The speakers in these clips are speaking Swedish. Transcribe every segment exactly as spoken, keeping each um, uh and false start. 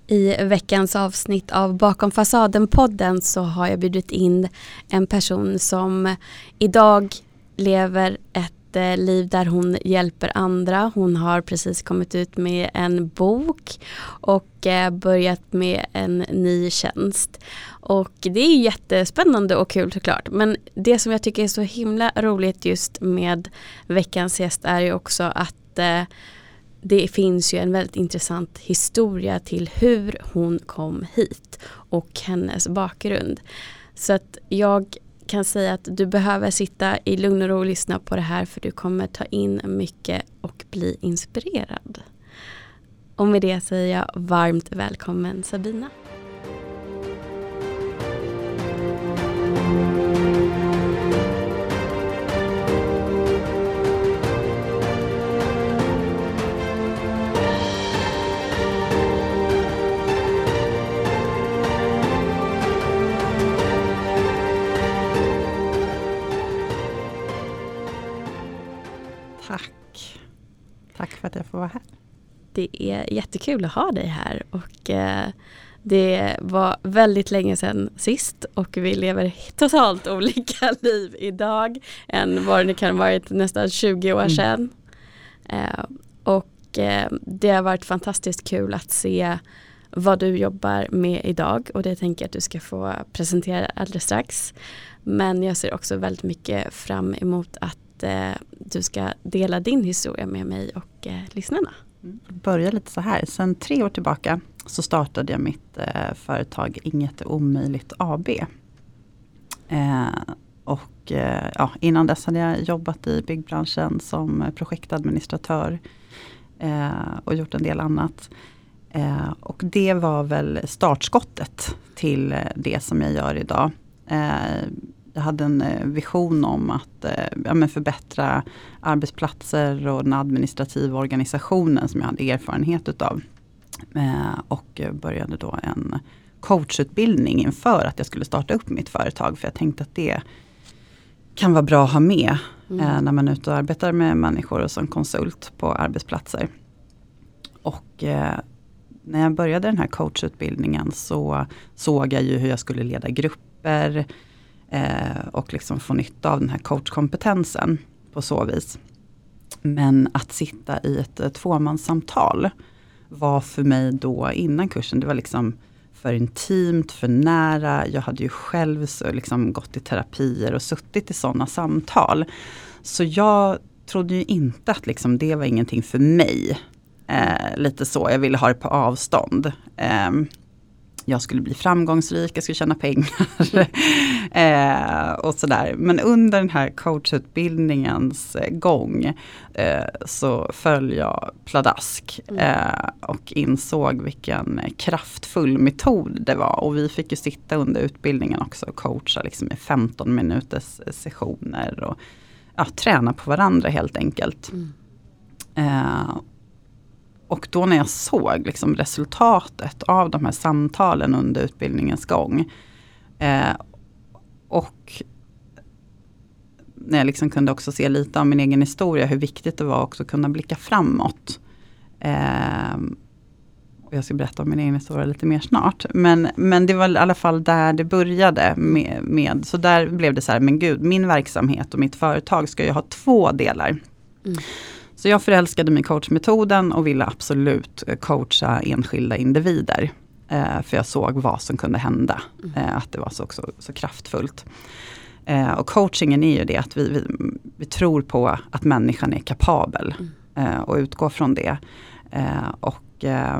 I veckans avsnitt av Bakom fasaden-podden så har jag bjudit in en person som idag lever ett eh, liv där hon hjälper andra. Hon har precis kommit ut med en bok och eh, börjat med en ny tjänst. Och det är jättespännande och kul såklart. Men det som jag tycker är så himla roligt just med veckans gäst är ju också att eh, det finns ju en väldigt intressant historia till hur hon kom hit och hennes bakgrund. Så att jag kan säga att du behöver sitta i lugn och ro och lyssna på det här, för du kommer ta in mycket och bli inspirerad. Och med det säger jag varmt välkommen Sabina. Tack. Tack för att jag får vara här. Det är jättekul att ha dig här och eh, det var väldigt länge sedan sist och vi lever totalt olika liv idag än vad det kan ha varit nästan tjugo år sedan. Mm. Eh, och eh, det har varit fantastiskt kul att se vad du jobbar med idag, och det tänker jag att du ska få presentera alldeles strax. Men jag ser också väldigt mycket fram emot att du ska dela din historia med mig och eh, lyssnarna. Börja lite så här. Sen tre år tillbaka så startade jag mitt eh, företag Inget är omöjligt A B. Eh, och eh, ja, innan dess hade jag jobbat i byggbranschen som projektadministratör eh, och gjort en del annat. Eh, och det var väl startskottet till det som jag gör idag. Eh, Jag hade en vision om att ja, men förbättra arbetsplatser och den administrativa organisationen som jag hade erfarenhet utav. Eh, och började då en coachutbildning inför att jag skulle starta upp mitt företag. För jag tänkte att det kan vara bra att ha med mm. eh, när man är ute och arbetar med människor och som konsult på arbetsplatser. Och eh, när jag började den här coachutbildningen så såg jag ju hur jag skulle leda grupper. Eh, och liksom få nytta av den här coachkompetensen på så vis. Men att sitta i ett, ett tvåmanssamtal var för mig då innan kursen, det var liksom för intimt, för nära. Jag hade ju själv så liksom gått i terapier och suttit i sådana samtal. Så jag trodde ju inte att liksom det var ingenting för mig. Eh, lite så, jag ville ha det på avstånd. Eh, Jag skulle bli framgångsrik, jag skulle tjäna pengar eh, och sådär. Men under den här coachutbildningens gång eh, så föll jag pladask eh, och insåg vilken kraftfull metod det var. Och vi fick ju sitta under utbildningen också och coacha liksom i femton minuters sessioner och ja, träna på varandra helt enkelt. Mm. Eh, Och då när jag såg liksom resultatet av de här samtalen under utbildningens gång. Eh, och när jag liksom kunde också se lite av min egen historia. Hur viktigt det var också att kunna blicka framåt. Eh, och jag ska berätta om min egen historia lite mer snart. Men, men det var i alla fall där det började med, med. Så där blev det så här, men gud, min verksamhet och mitt företag ska ju ha två delar. Mm. Så jag förälskade mig coachmetoden och ville absolut coacha enskilda individer. Eh, för jag såg vad som kunde hända. Eh, att det var så, också, så kraftfullt. Eh, och coachingen är ju det att vi, vi, vi tror på att människan är kapabel. Eh, och utgår från det. Eh, och eh,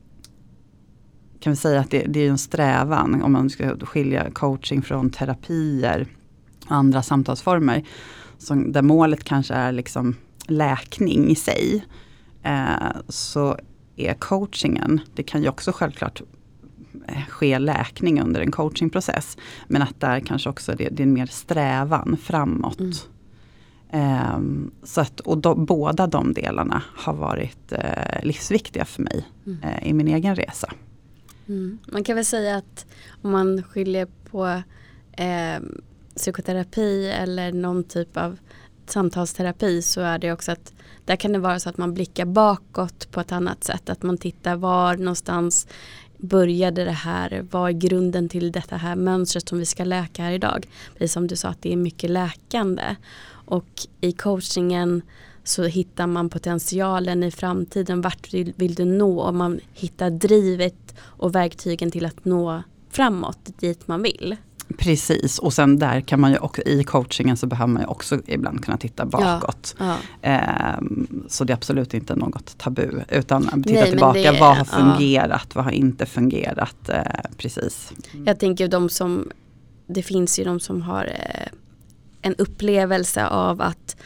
kan vi säga att det, det är en strävan. Om man ska skilja coaching från terapier och andra samtalsformer. Så där målet kanske är liksom läkning i sig, eh, så är coachingen, det kan ju också självklart eh, ske läkning under en coachingprocess, men att där kanske också det, det är en mer strävan framåt. Mm. Eh, så att, och då, båda de delarna har varit eh, livsviktiga för mig mm. eh, i min egen resa. Mm. Man kan väl säga att om man skiljer på eh, psykoterapi eller någon typ av samtalsterapi, så är det också att där kan det vara så att man blickar bakåt på ett annat sätt. Att man tittar var någonstans började det här? Vad är grunden till detta här mönstret som vi ska läka här idag? Precis som du sa att det är mycket läkande. Och i coachingen så hittar man potentialen i framtiden. Vart vill, vill du nå? Och man hittar drivet och verktygen till att nå framåt dit man vill. Precis, och sen där kan man ju också, i coachingen så behöver man ju också ibland kunna titta bakåt. Ja, ja. Eh, så det är absolut inte något tabu, utan titta Nej, tillbaka, det, vad har fungerat, ja. vad har inte fungerat, eh, precis. Mm. Jag tänker de som, det finns ju de som har eh, en upplevelse av att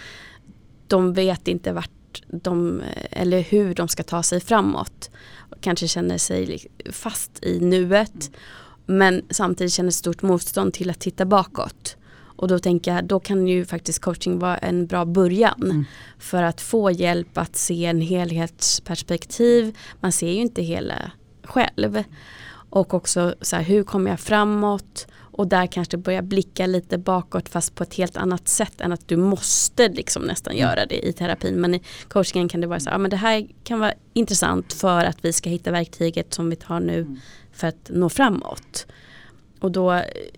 de vet inte vart de, eller hur de ska ta sig framåt. Och kanske känner sig fast i nuet. Mm. Men samtidigt känner stort motstånd till att titta bakåt. Och då tänker jag, då kan ju faktiskt coaching vara en bra början. Mm. För att få hjälp att se en helhetsperspektiv. Man ser ju inte hela själv. Och också så här, hur kommer jag framåt? Och där kanske börja blicka lite bakåt fast på ett helt annat sätt än att du måste liksom nästan mm. göra det i terapin. Men i coachingen kan det vara så här, ja, men det här kan vara intressant för att vi ska hitta verktyget som vi tar nu mm. för att nå framåt. Och då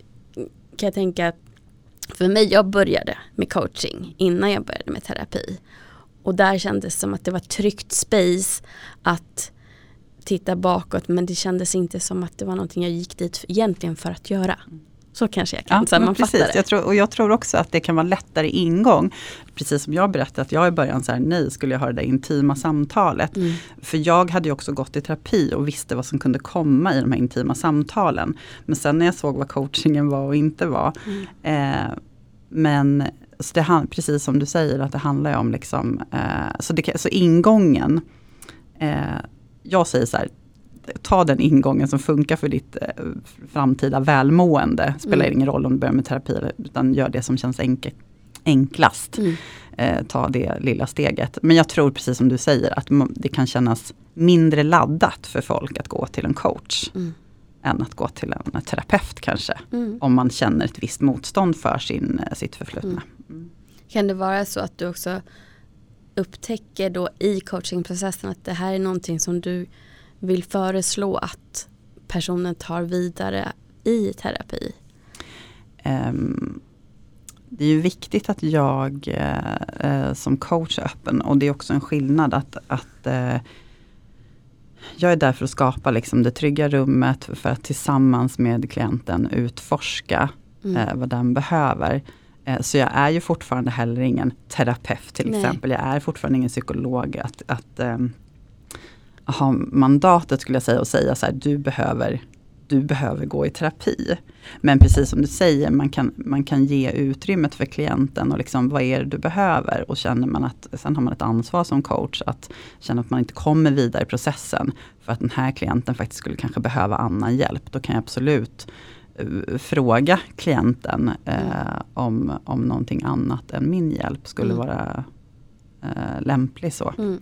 kan jag tänka att för mig, jag började med coaching innan jag började med terapi. Och där kändes det som att det var tryggt space att titta bakåt, men det kändes inte som att det var någonting jag gick dit egentligen för att göra. Så kanske jag kan ja, sammanfatta det. Jag tror, och jag tror också att det kan vara lättare ingång. Precis som jag berättade att jag i början så här, nej, skulle jag ha det där intima samtalet. Mm. För jag hade ju också gått i terapi och visste vad som kunde komma i de här intima samtalen. Men sen när jag såg vad coachingen var och inte var. Mm. Eh, men så det, precis som du säger att det handlar om liksom, eh, så, det, så ingången, eh, jag säger så här, ta den ingången som funkar för ditt eh, framtida välmående. Spelar mm. ingen roll om du börjar med terapi, utan gör det som känns enk- enklast. Mm. Eh, ta det lilla steget. Men jag tror precis som du säger att det kan kännas mindre laddat för folk att gå till en coach. Mm. Än att gå till en terapeut kanske. Mm. Om man känner ett visst motstånd för sin, sitt förflutna. Mm. Kan det vara så att du också upptäcker då i coachingprocessen att det här är någonting som du vill föreslå att personen tar vidare i terapi? Um, det är ju viktigt att jag uh, som coach är öppen, och det är också en skillnad att, att uh, jag är där för att skapa liksom det trygga rummet för att tillsammans med klienten utforska mm. uh, vad den behöver. Uh, så jag är ju fortfarande heller ingen terapeut till Nej. exempel. Jag är fortfarande ingen psykolog att, att um, ha mandatet skulle jag säga och säga så här, du behöver, du behöver gå i terapi. Men precis som du säger, man kan, man kan ge utrymmet för klienten och liksom, vad är det du behöver? Och känner man att, sen har man ett ansvar som coach att känna att man inte kommer vidare i processen för att den här klienten faktiskt skulle kanske behöva annan hjälp. Då kan jag absolut uh, fråga klienten uh, mm. om, om någonting annat än min hjälp skulle mm. vara uh, lämplig så. Mm.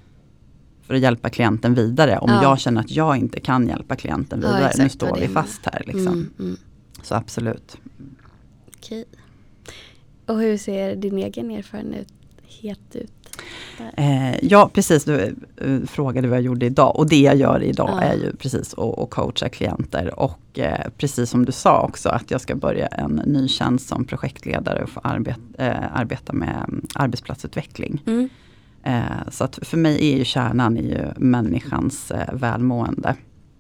För att hjälpa klienten vidare. Om ja. jag känner att jag inte kan hjälpa klienten vidare. Ja, exakt, nu står vi fast här. Liksom. Mm, mm. Så absolut. Okej. Och hur ser din egen erfarenhet ut? Eh, ja, precis. Du uh, frågade vad jag gjorde idag. Och det jag gör idag ja. är ju precis att, att coacha klienter. Och eh, precis som du sa också, att jag ska börja en ny tjänst som projektledare och få arbeta, eh, arbeta med arbetsplatsutveckling. Mm. Så att för mig är ju kärnan i ju människans välmående.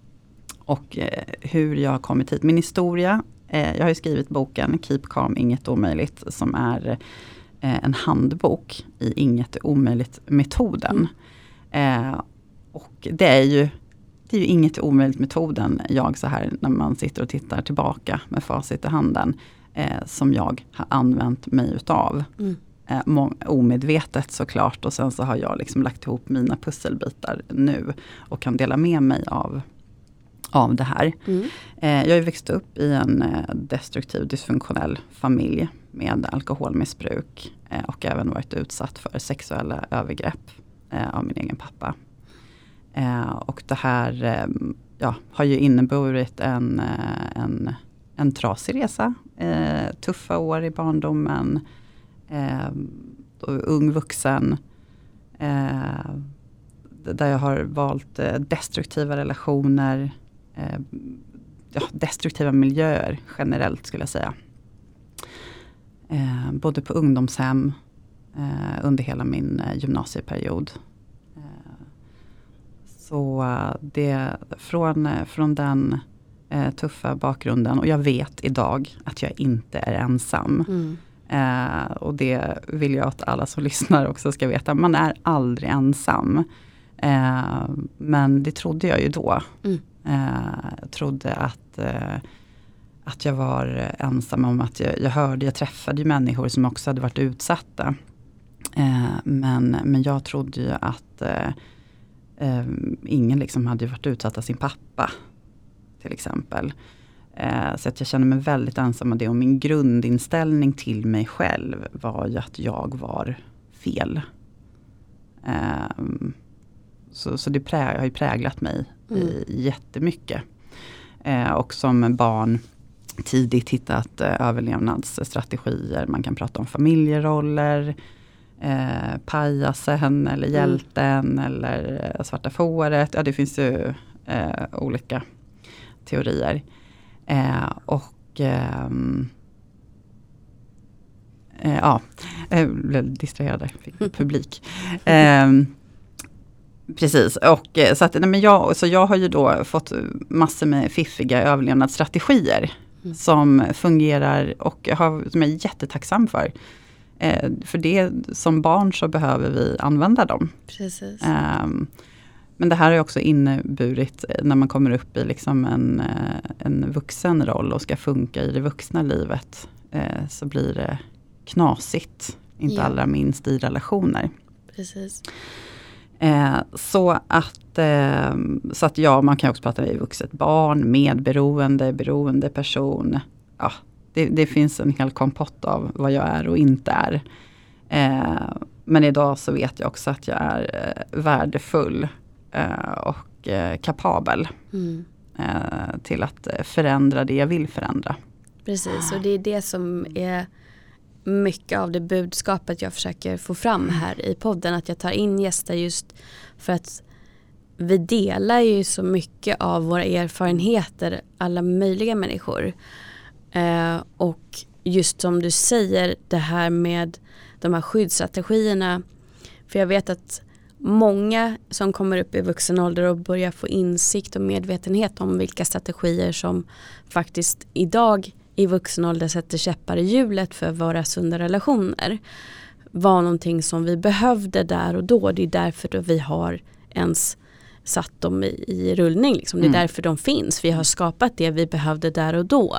Och hur jag har kommit hit. Min historia, jag har ju skrivit boken Keep Calm, Inget Omöjligt, som är en handbok i Inget Omöjligt-metoden. Mm. Och det är ju det är ju Inget Omöjligt-metoden, jag så här när man sitter och tittar tillbaka med facit i handen, som jag har använt mig utav. Mm. Eh, omedvetet såklart, och sen så har jag liksom lagt ihop mina pusselbitar nu och kan dela med mig av, av det här. Mm. Eh, jag har ju växt upp i en eh, destruktiv, dysfunktionell familj med alkoholmissbruk eh, och även varit utsatt för sexuella övergrepp eh, av min egen pappa. Eh, och det här eh, ja, har ju inneburit en, eh, en, en trasig resa, eh, tuffa år i barndomen. Eh, ung vuxen eh, där jag har valt eh, destruktiva relationer, eh, ja, destruktiva miljöer generellt skulle jag säga. Eh, både på ungdomshem eh, under hela min eh, gymnasieperiod. Eh, så eh, det från, eh, från den eh, tuffa bakgrunden, och jag vet idag att jag inte är ensam. Mm. Eh, och det vill jag att alla som lyssnar också ska veta. Man är aldrig ensam. Eh, men det trodde jag ju då. Mm. Eh, jag trodde att, eh, att jag var ensam om att jag, jag hörde, jag träffade ju människor som också hade varit utsatta. Eh, men, men jag trodde ju att eh, eh, ingen liksom hade varit utsatt av sin pappa till exempel. Eh, så att jag kände mig väldigt ensam med det, och min grundinställning till mig själv var ju att jag var fel. Eh, så, så det prä, har ju präglat mig mm. i, jättemycket. Eh, och som barn tidigt hittat eh, överlevnadsstrategier. Man kan prata om familjeroller, eh, pajasen eller hjälten mm. eller eh, svarta fåret. Ja, det finns ju eh, olika teorier. Eh, och eh, eh, ja, jag blev distraherad, fick publik. Eh, precis, och så, att, nej, men jag, så jag har ju då fått massor med fiffiga överlevnadsstrategier mm. som fungerar, och har, som jag är jättetacksam för. Eh, för det, som barn så behöver vi använda dem. Precis. Eh, Men det här har också inneburit när man kommer upp i liksom en, en vuxen roll och ska funka i det vuxna livet, eh, så blir det knasigt. Inte ja. allra minst i relationer. Precis. Eh, så att, eh, så att ja, man kan också prata med vuxet barn, medberoende, beroende person. Ja, det, det finns en hel kompott av vad jag är och inte är. Eh, men idag så vet jag också att jag är eh, värdefull och eh, kapabel mm. eh, till att förändra det jag vill förändra. Precis, och det är det som är mycket av det budskapet jag försöker få fram här i podden, att jag tar in gäster just för att vi delar ju så mycket av våra erfarenheter, alla möjliga människor. Eh, och just som du säger, det här med de här skyddsstrategierna, för jag vet att många som kommer upp i vuxen ålder och börjar få insikt och medvetenhet om vilka strategier som faktiskt idag i vuxen ålder sätter käppar i hjulet för våra sunda relationer, var någonting som vi behövde där och då. Det är därför då vi har ens satt dem i, i rullning. Liksom. Det är mm. därför de finns. Vi har skapat det vi behövde där och då.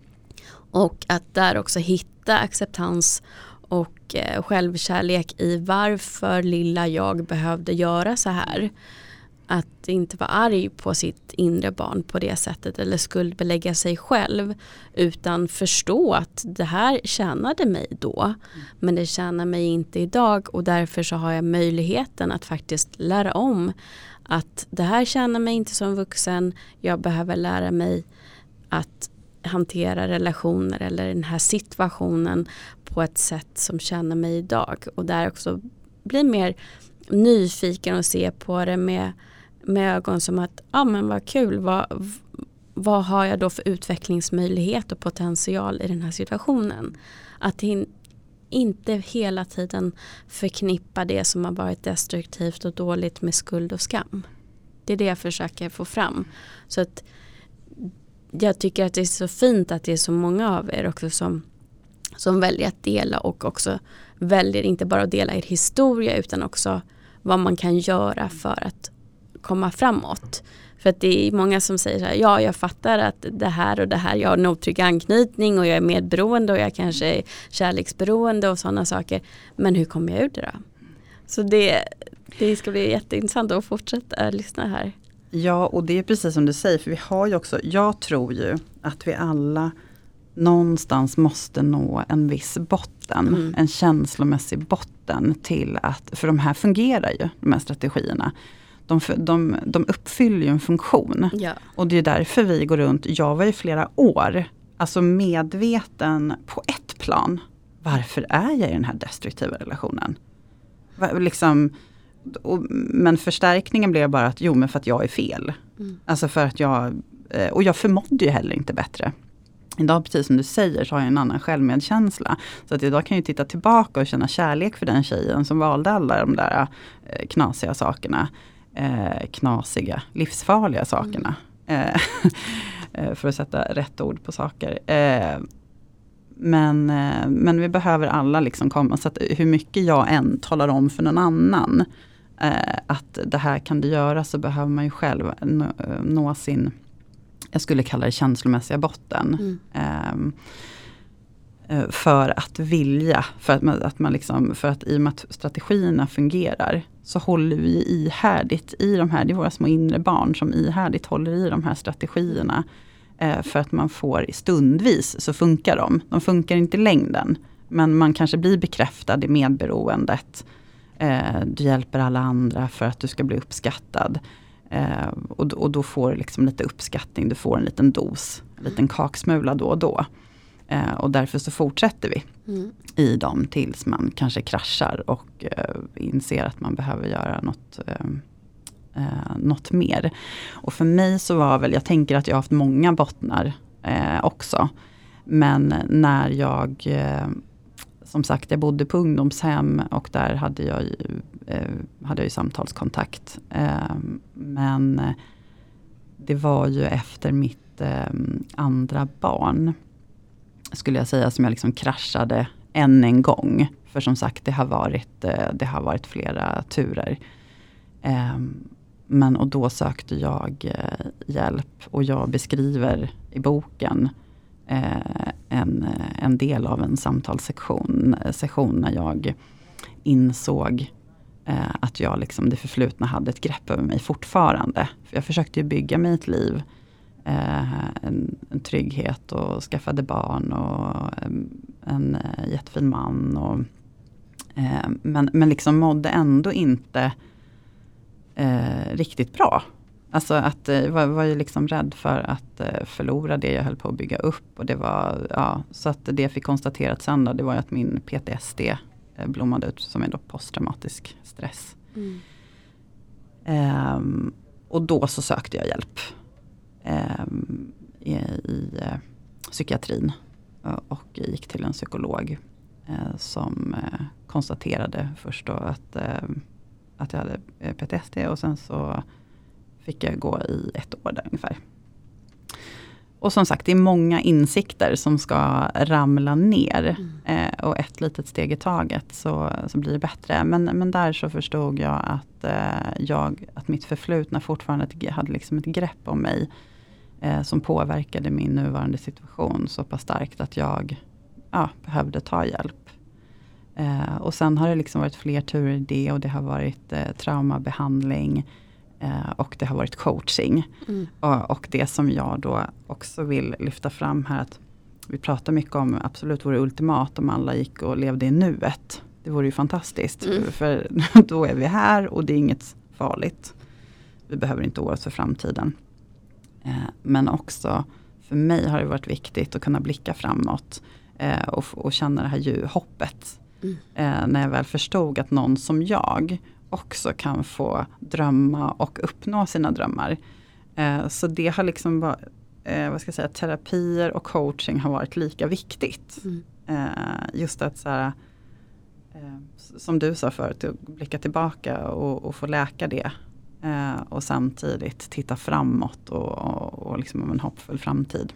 Och att där också hitta acceptans och eh, självkärlek i varför lilla jag behövde göra så här. Att inte vara arg på sitt inre barn på det sättet eller skuldbelägga sig själv, utan förstå att det här tjänade mig då mm. men det tjänar mig inte idag, och därför så har jag möjligheten att faktiskt lära om att det här tjänar mig inte som vuxen. Jag behöver lära mig att hantera relationer eller den här situationen på ett sätt som känner mig idag, och där också bli mer nyfiken och se på det med, med ögon som att ja, men vad kul, vad, vad har jag då för utvecklingsmöjlighet och potential i den här situationen, att in, inte hela tiden förknippa det som har varit destruktivt och dåligt med skuld och skam. Det är det jag försöker få fram, så att jag tycker att det är så fint att det är så många av er också som, som väljer att dela, och också väljer inte bara att dela er historia utan också vad man kan göra för att komma framåt. För att det är många som säger så här, ja, jag fattar att det här och det här, jag har en otrygg anknytning och jag är medberoende och jag kanske är kärleksberoende och sådana saker. Men hur kommer jag ur det då? Så det, det ska bli jätteintressant att fortsätta lyssna här. Ja, och det är precis som du säger, för vi har ju också, jag tror ju att vi alla någonstans måste nå en viss botten, mm. en känslomässig botten till att, för de här fungerar ju, de här strategierna. De, de, de uppfyller ju en funktion. Ja. Och det är därför vi går runt, jag var ju flera år, alltså medveten på ett plan. Varför är jag i den här destruktiva relationen? Var, liksom... Och, men förstärkningen blev bara att jo, men för att jag är fel. Mm. Alltså för att jag eh, och jag förmådde ju heller inte bättre. Idag, precis som du säger, så har jag en annan självmedkänsla. Så att idag kan jag titta tillbaka och känna kärlek för den tjejen som valde alla de där eh, knasiga sakerna. Eh, knasiga, livsfarliga sakerna. Mm. Eh, för att sätta rätt ord på saker. Eh, men, eh, men vi behöver alla liksom komma. Så att hur mycket jag än talar om för någon annan eh, att det här kan du göra, så behöver man ju själv nå, nå sin, jag skulle kalla det känslomässiga botten. Mm. Eh, för att vilja, för att man, att man liksom, för att i och med att strategierna fungerar, så håller vi ihärdigt i de här, det är våra små inre barn som ihärdigt håller i de här strategierna. Eh, för att man får stundvis, så funkar de. De funkar inte i längden, men man kanske blir bekräftad i medberoendet. Eh, du hjälper alla andra för att du ska bli uppskattad. Eh, och, och då får du liksom lite uppskattning, du får en liten dos, en liten kaksmula då och då. Eh, och därför så fortsätter vi mm. i dem tills man kanske kraschar och eh, inser att man behöver göra något, eh, eh, något mer. Och för mig så var väl, jag tänker att jag har haft många bottnar eh, också. Men när jag, eh, som sagt, jag bodde på ungdomshem och där hade jag ju, eh, hade jag ju samtalskontakt. Eh, men det var ju efter mitt eh, andra barn, skulle jag säga, som jag liksom kraschade än en gång. För som sagt, det har varit, det har varit flera turer. Men och då sökte jag hjälp, och jag beskriver i boken en, en del av en samtalssession session när jag insåg att jag liksom, det förflutna hade ett grepp över mig fortfarande. För jag försökte ju bygga mig ett liv, En, en trygghet, och skaffade barn och en, en jättefin man. Och, eh, men, men liksom mådde ändå inte eh, riktigt bra. Alltså att jag var, var ju liksom rädd för att eh, förlora det jag höll på att bygga upp. Och det var, ja, så att det jag fick konstaterat sen då, det var ju att min P T S D eh, blommade ut, som är då posttraumatisk stress. Mm. Eh, och då så sökte jag hjälp i, i eh, psykiatrin, och gick till en psykolog eh, som eh, konstaterade först då att, eh, att jag hade P T S D, och sen så fick jag gå i ett år där ungefär. Och som sagt, det är många insikter som ska ramla ner mm. eh, och ett litet steg i taget så, så blir det bättre. Men, men där så förstod jag att, eh, jag att mitt förflutna fortfarande hade liksom ett grepp om mig eh, som påverkade min nuvarande situation så pass starkt att jag ja, behövde ta hjälp. Eh, och sen har det liksom varit fler turer i det, och det har varit eh, traumabehandling. Uh, och det har varit coaching. Mm. Och, och det som jag då också vill lyfta fram här, att vi pratar mycket om, absolut vore ultimat om alla gick och levde i nuet. Det vore ju fantastiskt. Mm. För då är vi här och det är inget farligt. Vi behöver inte oroa oss för framtiden. Uh, men också för mig har det varit viktigt att kunna blicka framåt. Uh, och, och känna det här ju, hoppet. Mm. Uh, när jag väl förstod att någon som jag också kan få drömma och uppnå sina drömmar. Eh, så det har liksom varit, eh, vad ska jag säga, terapier och coaching har varit lika viktigt. Mm. Eh, just att så här, eh, som du sa förut, att blicka tillbaka och, och få läka det. Eh, och samtidigt titta framåt och, och, och liksom om en hoppfull framtid.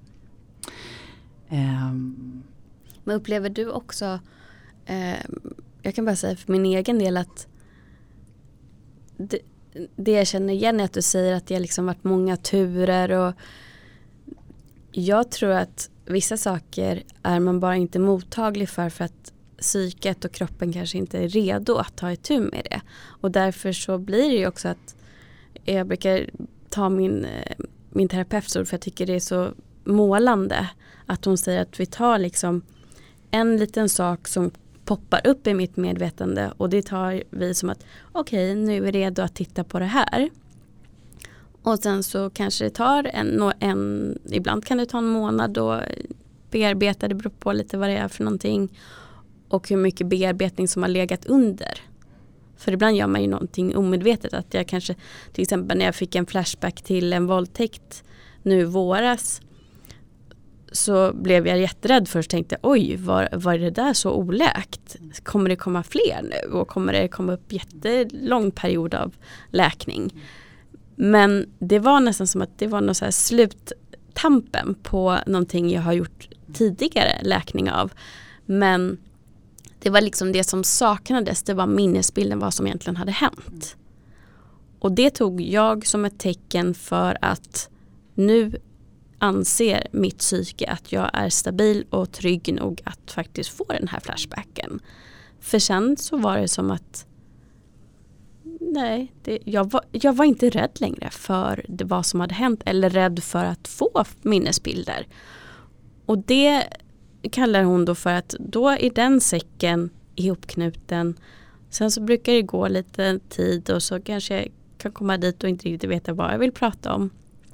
Eh. Men upplever du också, eh, jag kan bara säga för min egen del att Det, det jag känner igen är att du säger att det har liksom varit många turer, och jag tror att vissa saker är man bara inte mottaglig för för att psyket och kroppen kanske inte är redo att ta itu med det. Och därför så blir det ju också att jag brukar ta min, min terapeutord, för jag tycker det är så målande att hon säger att vi tar liksom en liten sak som poppar upp i mitt medvetande, och det tar vi som att okej, okay, nu är vi redo att titta på det här. Och sen så kanske det tar en, en ibland kan det ta en månad och bearbeta, det beror på lite vad det är för någonting och hur mycket bearbetning som har legat under. För ibland gör man ju någonting omedvetet, att jag kanske till exempel när jag fick en flashback till en våldtäkt nu våras så blev jag jätterädd först och tänkte oj, var, var är det där så oläkt? Kommer det komma fler nu? Och kommer det komma upp jättelång period av läkning? Men det var nästan som att det var någon så här sluttampen på någonting jag har gjort tidigare läkning av. Men det var liksom det som saknades, det var minnesbilden vad som egentligen hade hänt. Och det tog jag som ett tecken för att nu anser mitt psyke att jag är stabil och trygg nog att faktiskt få den här flashbacken. För sen så var det som att nej, det, jag, var, jag var inte rädd längre för det vad som hade hänt eller rädd för att få minnesbilder. Och det kallar hon då för att då är den säcken ihopknuten. Sen så brukar det gå lite tid och så kanske jag kan komma dit och inte riktigt veta vad jag vill prata om.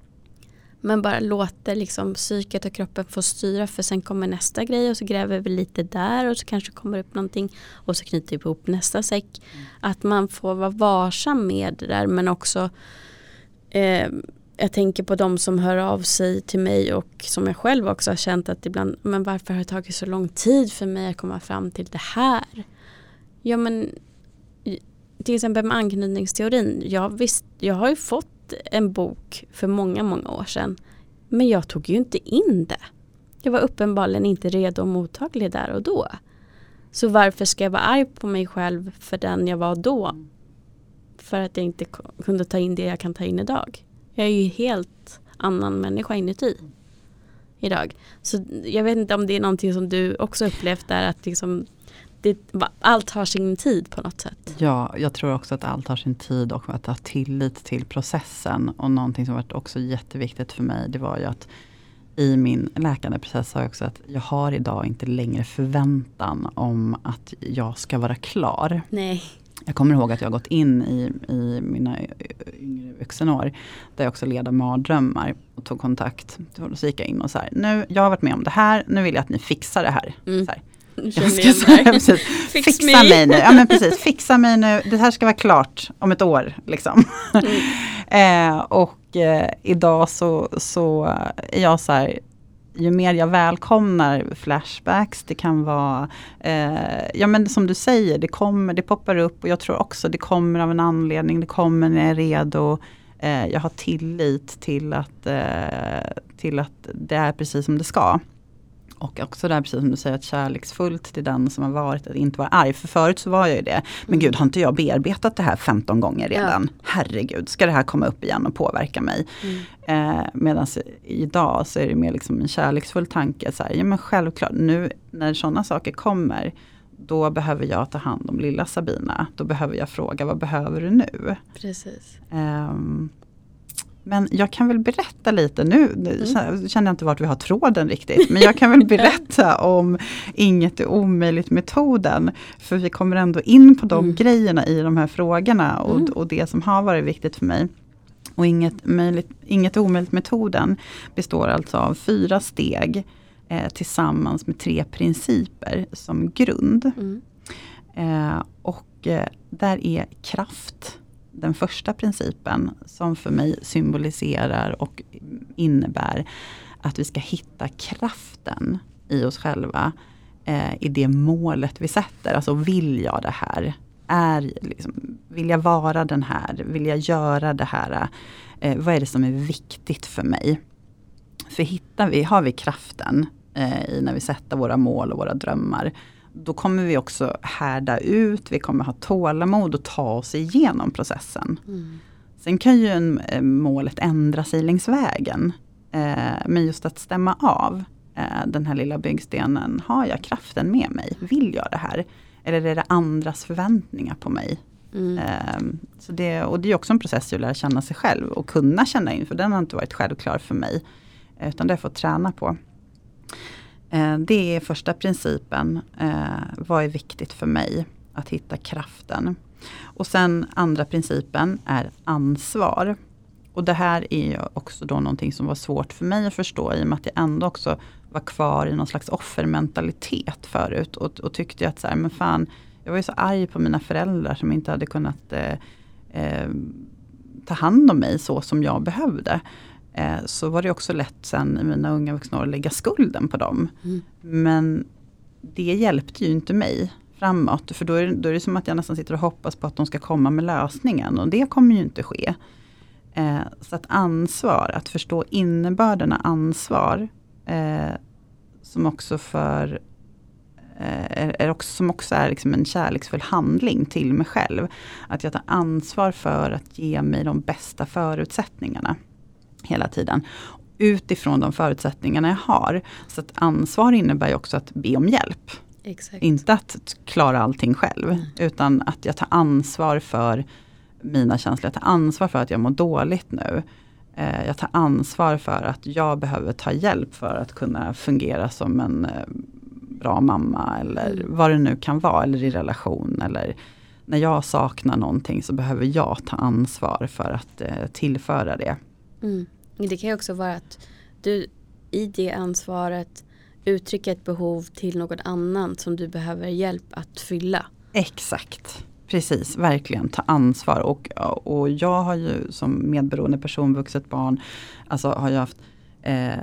Men bara låter liksom psyket och kroppen få styra, för sen kommer nästa grej och så gräver vi lite där och så kanske kommer upp någonting och så knyter vi ihop nästa säck. Mm. Att man får vara varsam med det där, men också eh, jag tänker på de som hör av sig till mig och som jag själv också har känt att ibland, men varför har det tagit så lång tid för mig att komma fram till det här? Ja, men till exempel med anknytningsteorin, jag, visst, jag har ju fått en bok för många, många år sedan. Men jag tog ju inte in det. Jag var uppenbarligen inte redo och mottaglig där och då. Så varför ska jag vara arg på mig själv för den jag var då? För att jag inte kunde ta in det jag kan ta in idag. Jag är ju helt annan människa inuti idag. Så jag vet inte om det är någonting som du också upplevt där, att liksom det, allt har sin tid på något sätt. Ja, jag tror också att allt har sin tid och att ha tillit till processen. Och någonting som varit också jätteviktigt för mig, det var ju att i min läkande process sa jag också att jag har idag inte längre förväntan om att jag ska vara klar. Nej. Jag kommer ihåg att jag har gått in i, i mina yngre vuxenår där jag också leder mardrömmar och tog kontakt. Så gick jag in och så här, nu, jag har varit med om det här, nu vill jag att ni fixar det här. Mm. Så här. Jag ska säga, precis. Fix fixa me. mig nu. Ja, men precis. Fixa mig nu. Det här ska vara klart om ett år. Liksom. Mm. eh, och eh, idag så, så är jag så här, ju mer jag välkomnar flashbacks, det kan vara, eh, ja men som du säger, det kommer, det poppar upp och jag tror också det kommer av en anledning, det kommer när jag är redo. Eh, jag har tillit till att, eh, till att det är precis som det ska. Och också där, precis som du säger, att kärleksfullt till den som har varit, att inte vara arg. För förut så var jag ju det. Men gud, har inte jag bearbetat det här femton gånger redan? Ja. Herregud, ska det här komma upp igen och påverka mig? Mm. Eh, Medan idag så är det mer liksom en kärleksfull tanke. Så här, ja men självklart, nu när sådana saker kommer, då behöver jag ta hand om lilla Sabina. Då behöver jag fråga, vad behöver du nu? Precis. Eh, Men jag kan väl berätta lite nu, mm. känner jag inte vart vi har tråden riktigt, men jag kan väl berätta om Inget är omöjligt-metoden, för vi kommer ändå in på de mm. grejerna i de här frågorna och, mm. och det som har varit viktigt för mig. Och Inget, möjligt, Inget är omöjligt-metoden består alltså av fyra steg eh, tillsammans med tre principer som grund. Mm. Eh, och eh, där är kraft den första principen, som för mig symboliserar och innebär att vi ska hitta kraften i oss själva eh, i det målet vi sätter. Alltså, vill jag det här? Är, liksom, vill jag vara den här? Vill jag göra det här? Eh, vad är det som är viktigt för mig? För hittar vi, har vi kraften eh, i när vi sätter våra mål och våra drömmar, då kommer vi också härda ut, vi kommer ha tålamod och ta oss igenom processen. Mm. Sen kan ju en, eh, målet ändra sig längs vägen. Eh, men just att stämma av eh, den här lilla byggstenen, har jag kraften med mig? Vill jag det här? Eller är det andras förväntningar på mig? Mm. Eh, så det, och det är också en process att lära känna sig själv och kunna känna in, för den har inte varit självklar för mig. Utan det har jag fått träna på. Det är första principen. Eh, vad är viktigt för mig? Att hitta kraften. Och sen andra principen är ansvar. Och det här är ju också då någonting som var svårt för mig att förstå, i och med att jag ändå också var kvar i någon slags offermentalitet förut. Och, och tyckte att så här, men fan, jag var ju så arg på mina föräldrar som inte hade kunnat eh, eh, ta hand om mig så som jag behövde. Eh, så var det också lätt sen i mina unga vuxna år att lägga skulden på dem. Mm. Men det hjälpte ju inte mig framåt. För då är, då är det som att jag nästan sitter och hoppas på att de ska komma med lösningen. Och det kommer ju inte ske. Eh, så att ansvar, att förstå innebörden av ansvar. Eh, som också för eh, är, är också, som också är liksom en kärleksfull handling till mig själv. Att jag tar ansvar för att ge mig de bästa förutsättningarna. Hela tiden. Utifrån de förutsättningarna jag har. Så att ansvar innebär ju också att be om hjälp. Exakt. Inte att klara allting själv. Mm. Utan att jag tar ansvar för mina känslor. Jag tar ansvar för att jag mår dåligt nu. Eh, jag tar ansvar för att jag behöver ta hjälp för att kunna fungera som en eh, bra mamma. Eller mm. vad det nu kan vara. Eller i relation. Eller när jag saknar någonting så behöver jag ta ansvar för att eh, tillföra det. Mm. Det kan ju också vara att du i det ansvaret uttrycker ett behov till någon annan som du behöver hjälp att fylla. Exakt, precis, verkligen ta ansvar. Och, och jag har ju som medberoende person, vuxet barn, alltså har jag haft, eh,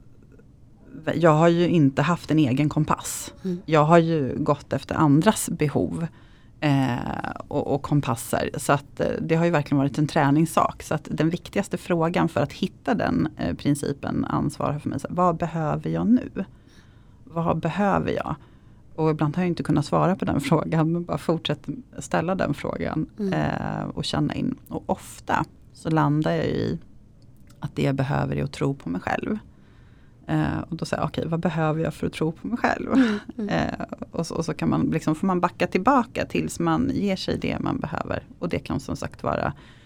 jag har ju inte haft en egen kompass. Mm. Jag har ju gått efter andras behov. Eh, och, och kompasser. Så att eh, det har ju verkligen varit en träningssak. Så att den viktigaste frågan för att hitta den eh, principen ansvar för mig. Så, vad behöver jag nu? Vad behöver jag? Och ibland har jag inte kunnat svara på den frågan. Men bara fortsätta ställa den frågan. Mm. Eh, och känna in. Och ofta så landar jag i att det jag behöver är att tro på mig själv. Uh, och då säger jag, okej, okay, vad behöver jag för att tro på mig själv? Mm, mm. Uh, och, så, och så kan man liksom, får man backa tillbaka tills man ger sig det man behöver. Och det kan som sagt vara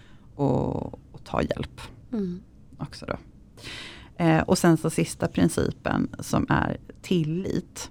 att ta hjälp mm. också då. Uh, och sen så sista principen som är tillit.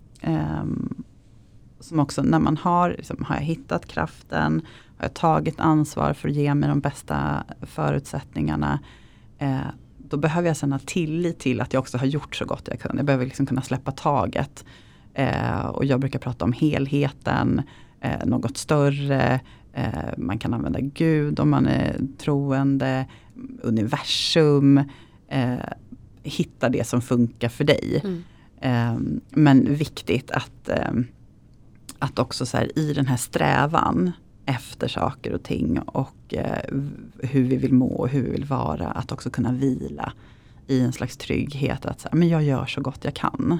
Um, som också när man har, liksom, har jag hittat kraften, har jag tagit ansvar för att ge mig de bästa förutsättningarna. Uh, Då behöver jag känna tillit till att jag också har gjort så gott jag kan. Jag behöver liksom kunna släppa taget. Eh, och jag brukar prata om helheten. Eh, något större. Eh, man kan använda Gud om man är troende. Universum. Eh, hitta det som funkar för dig. Mm. Eh, men viktigt att, eh, att också så här, i den här strävan efter saker och ting och eh, hur vi vill må och hur vi vill vara, att också kunna vila i en slags trygghet att så här, men jag gör så gott jag kan.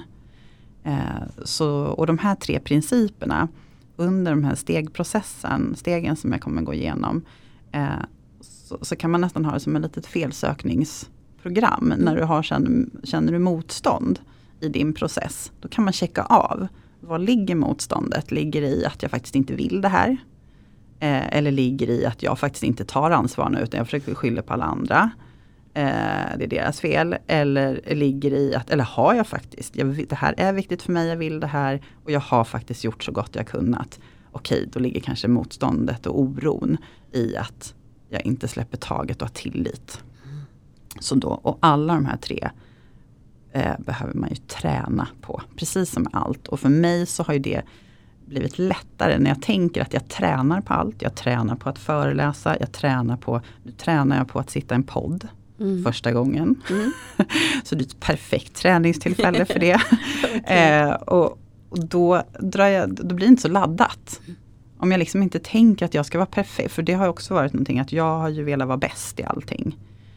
Eh, så, och de här tre principerna under den här stegprocessen, stegen som jag kommer gå igenom, eh, så, så kan man nästan ha det som ett litet felsökningsprogram. Mm. När du har, känner, känner du motstånd i din process, då kan man checka av. Vad ligger motståndet? Ligger i att jag faktiskt inte vill det här? Eh, eller ligger i att jag faktiskt inte tar ansvar nu utan jag försöker skylla på alla andra. Eh, det är deras fel. Eller ligger i att, eller har jag faktiskt, jag, det här är viktigt för mig, jag vill det här och jag har faktiskt gjort så gott jag kunnat. Okej, då ligger kanske motståndet och oron i att jag inte släpper taget och har tillit. Så då, och alla de här tre eh, behöver man ju träna på, precis som allt. Och för mig så har ju det blivit lättare när jag tänker att jag tränar på allt. Jag tränar på att föreläsa, jag tränar på, nu tränar jag på att sitta i en podd mm. första gången. Mm. Så det är ett perfekt träningstillfälle för det. Okay. Eh, och och då, drar jag, då blir det inte så laddat. Om jag liksom inte tänker att jag ska vara perfekt, för det har ju också varit någonting att jag har ju velat vara bäst i allting.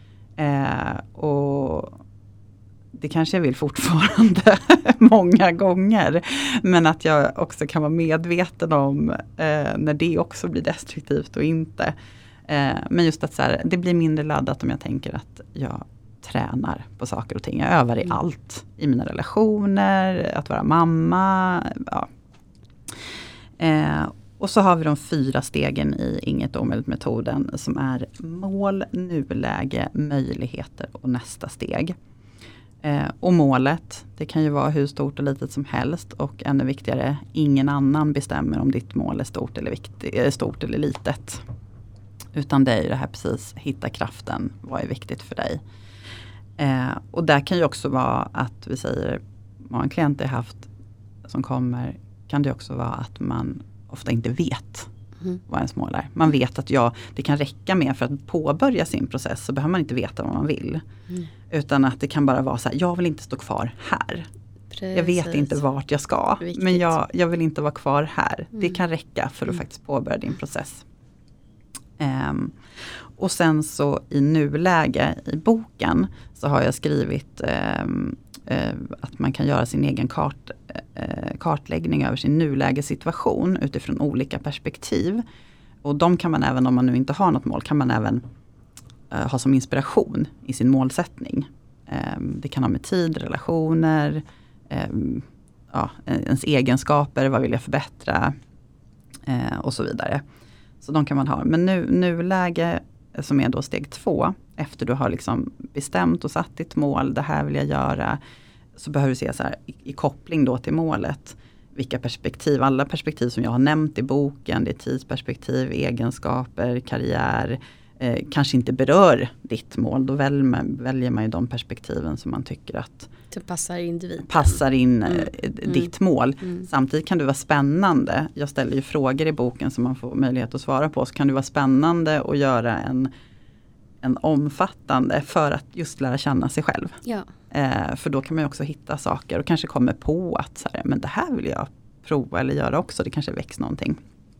Eh, och det kanske jag vill fortfarande många gånger. Men att jag också kan vara medveten om eh, när det också blir destruktivt och inte. Eh, men just att så här, det blir mindre laddat om jag tänker att jag tränar på saker och ting. Jag övar i mm. allt. I mina relationer, att vara mamma. Ja. Eh, och så har vi de fyra stegen i Inget omöjligt-metoden som är mål, nuläge, möjligheter och nästa steg. Eh, och målet, det kan ju vara hur stort och litet som helst och ännu viktigare, ingen annan bestämmer om ditt mål är stort eller, viktigt, stort eller litet. Utan det är ju det här precis, hitta kraften, vad är viktigt för dig. Eh, och där kan ju också vara att vi säger, vad en klient har haft som kommer, kan det också vara att man ofta inte vet mm. vad ens mål är. Man vet att ja, det kan räcka med för att påbörja sin process så behöver man inte veta vad man vill. Mm. Utan att det kan bara vara så här, jag vill inte stå kvar här. Precis. Jag vet inte vart jag ska, Viktigt. men jag, jag vill inte vara kvar här. Mm. Det kan räcka för att mm. faktiskt påbörja din process. Um, och sen så i nuläge i boken så har jag skrivit um, uh, att man kan göra sin egen kart, uh, kartläggning över sin nulägesituation utifrån olika perspektiv. Och de kan man även, om man nu inte har något mål, kan man även uh, ha som inspiration i sin målsättning. Um, det kan ha med tid, relationer, um, ja, ens egenskaper, vad vill jag förbättra uh, och så vidare. Så de kan man ha. Men nu, nuläge som är då steg två, efter du har liksom bestämt och satt ditt mål, det här vill jag göra, så behöver du se så här, i, i koppling då till målet, vilka perspektiv, alla perspektiv som jag har nämnt i boken, det är tidsperspektiv, egenskaper, karriär, eh, kanske inte berör ditt mål, då väljer man, väljer man ju de perspektiven som man tycker att det passar individen. Passar in mm. ditt mm. mål. Mm. Samtidigt kan det vara spännande. Jag ställer ju frågor i boken som man får möjlighet att svara på. Så kan det vara spännande att göra en, en omfattande för att just lära känna sig själv. Ja. Eh, för då kan man ju också hitta saker och kanske kommer på att så här, men det här vill jag prova eller göra också. Det kanske väcks någonting.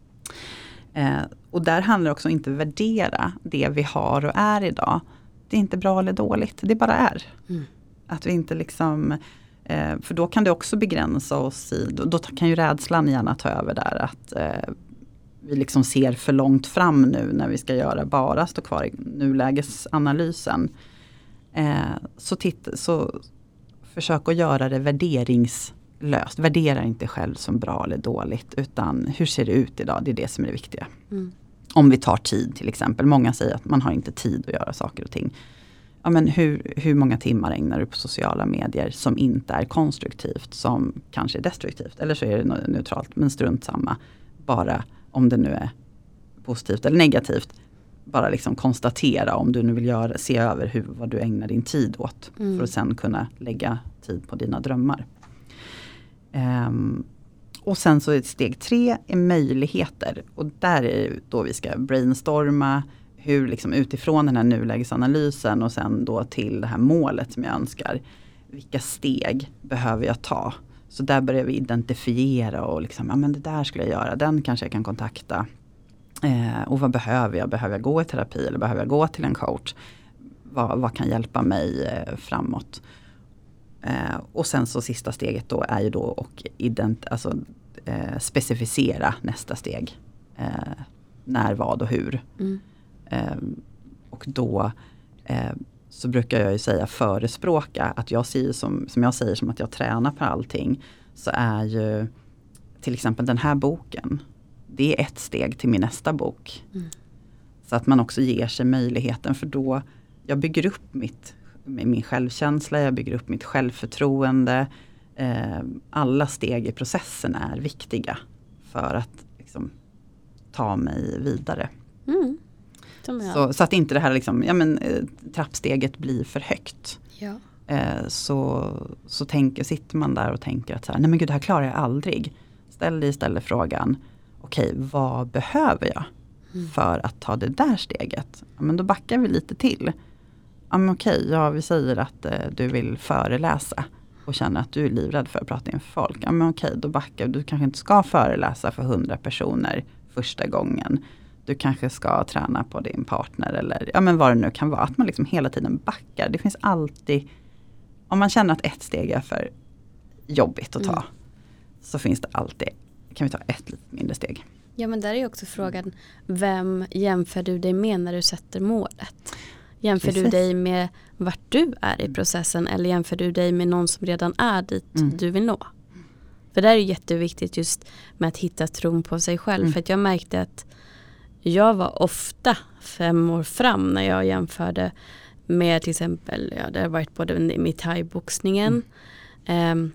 Eh, och där handlar det också inte om att värdera det vi har och är idag. Det är inte bra eller dåligt. Det bara är. Mm. Att vi inte liksom, eh, för då kan det också begränsa oss i, då, då kan ju rädslan gärna ta över där. Att eh, vi liksom ser för långt fram nu när vi ska göra bara stå kvar i nulägesanalysen. Eh, så, titt, så försök att göra det värderingslöst. Värdera inte själv som bra eller dåligt, utan hur ser det ut idag? Det är det som är det viktiga. Mm. Om vi tar tid till exempel. Många säger att man har inte tid att göra saker och ting. Ja, men hur, hur många timmar ägnar du på sociala medier som inte är konstruktivt, som kanske är destruktivt, eller så är det neutralt, men strunt samma. Bara om det nu är positivt eller negativt, bara liksom konstatera om du nu vill göra, se över hur, vad du ägnar din tid åt, mm. för att sen kunna lägga tid på dina drömmar. Um, och sen så är steg tre är möjligheter, och där är då vi ska brainstorma hur liksom utifrån den här nulägesanalysen och sen då till det här målet som jag önskar. Vilka steg behöver jag ta? Så där börjar vi identifiera och liksom, ja men det där skulle jag göra, den kanske jag kan kontakta. Eh, och vad behöver jag? Behöver jag gå i terapi eller behöver jag gå till en coach? Vad, vad kan hjälpa mig eh, framåt? Eh, och sen så sista steget då är ju då och ident- alltså, eh, specificera nästa steg. Eh, när, vad och hur. Mm. Um, och då um, så brukar jag ju säga förespråka att jag ser som, som jag säger som att jag tränar på allting, så är ju till exempel den här boken, det är ett steg till min nästa bok. Mm. Så att man också ger sig möjligheten, för då jag bygger upp mitt, min självkänsla, jag bygger upp mitt självförtroende. Um, alla steg i processen är viktiga för att liksom, ta mig vidare. Mm. Så, så att inte det här liksom, ja men, trappsteget blir för högt. Ja. Eh, så så tänker, sitter man där och tänker att så här, nej men gud, det här klarar jag aldrig. Ställ dig istället frågan, okej, okay, vad behöver jag mm. för att ta det där steget? Ja, men då backar vi lite till. Ja, men okej, okay, ja, vi säger att eh, du vill föreläsa och känner att du är livrädd för att prata inför folk. Ja, men okej, okay, då backar du. kanske inte ska föreläsa för hundra personer första gången. Du kanske ska träna på din partner eller ja, men vad det nu kan vara. Att man liksom hela tiden backar. Det finns alltid, om man känner att ett steg är för jobbigt att ta, mm. så finns det alltid, kan vi ta ett lite mindre steg. Ja, men där är ju också frågan, vem jämför du dig med när du sätter målet? Jämför Precis. du dig med vart du är i processen, eller jämför du dig med någon som redan är dit mm. du vill nå? För det är ju jätteviktigt just med att hitta tron på sig själv. Mm. För att jag märkte att jag var ofta fem år fram när jag jämförde med till exempel, ja, det har varit både med thai-boxningen. Mm. Eh,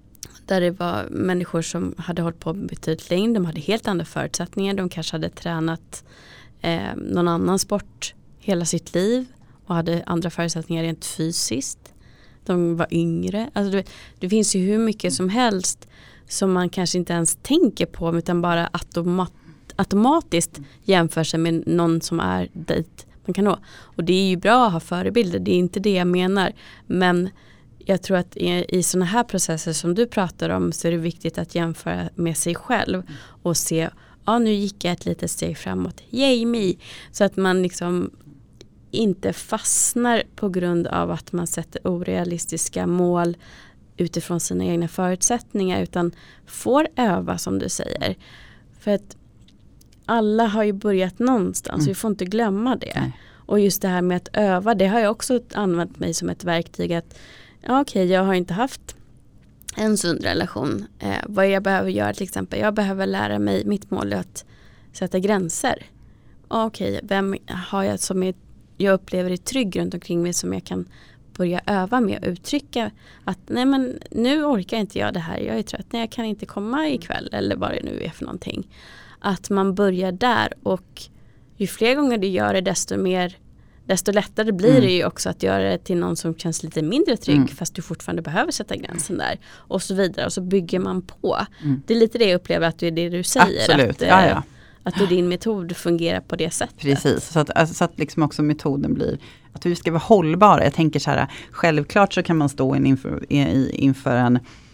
där det var människor som hade hållit på betydligt längre. De hade helt andra förutsättningar. De kanske hade tränat eh, någon annan sport hela sitt liv och hade andra förutsättningar rent fysiskt. De var yngre. Alltså det, det finns ju hur mycket som helst som man kanske inte ens tänker på, utan bara automat, automatiskt jämför sig med någon som är dit man kan nå. Och det är ju bra att ha förebilder, det är inte det jag menar. Men jag tror att i, i sådana här processer som du pratar om så är det viktigt att jämföra med sig själv och se, ja nu gick jag ett litet steg framåt, yay me! Så att man liksom inte fastnar på grund av att man sätter orealistiska mål utifrån sina egna förutsättningar, utan får öva som du säger. För att alla har ju börjat någonstans, mm. vi får inte glömma det. Nej. Och just det här med att öva, det har jag också använt mig som ett verktyg att ja, okej, okay, jag har inte haft en sund relation. Eh, vad jag behöver göra till exempel, jag behöver lära mig, mitt mål är att sätta gränser. Okej, okay, vem har jag som är, jag upplever är trygg runt omkring mig som jag kan börja öva med och uttrycka att nej men nu orkar inte jag det här, jag är trött, nej jag kan inte komma ikväll eller vad det nu är för någonting. Att man börjar där, och ju fler gånger du gör det desto mer desto lättare blir mm. det ju också att göra det till någon som känns lite mindre trygg mm. fast du fortfarande behöver sätta gränsen där och så vidare, och så bygger man på. Mm. Det är lite det jag upplever att det är det du säger. Absolut, att, ja, ja. att det, din metod fungerar på det sättet. Precis, så att, alltså, så att liksom också metoden blir att vi ska vara hållbara. Jag tänker så här, självklart så kan man stå in inför, i, inför en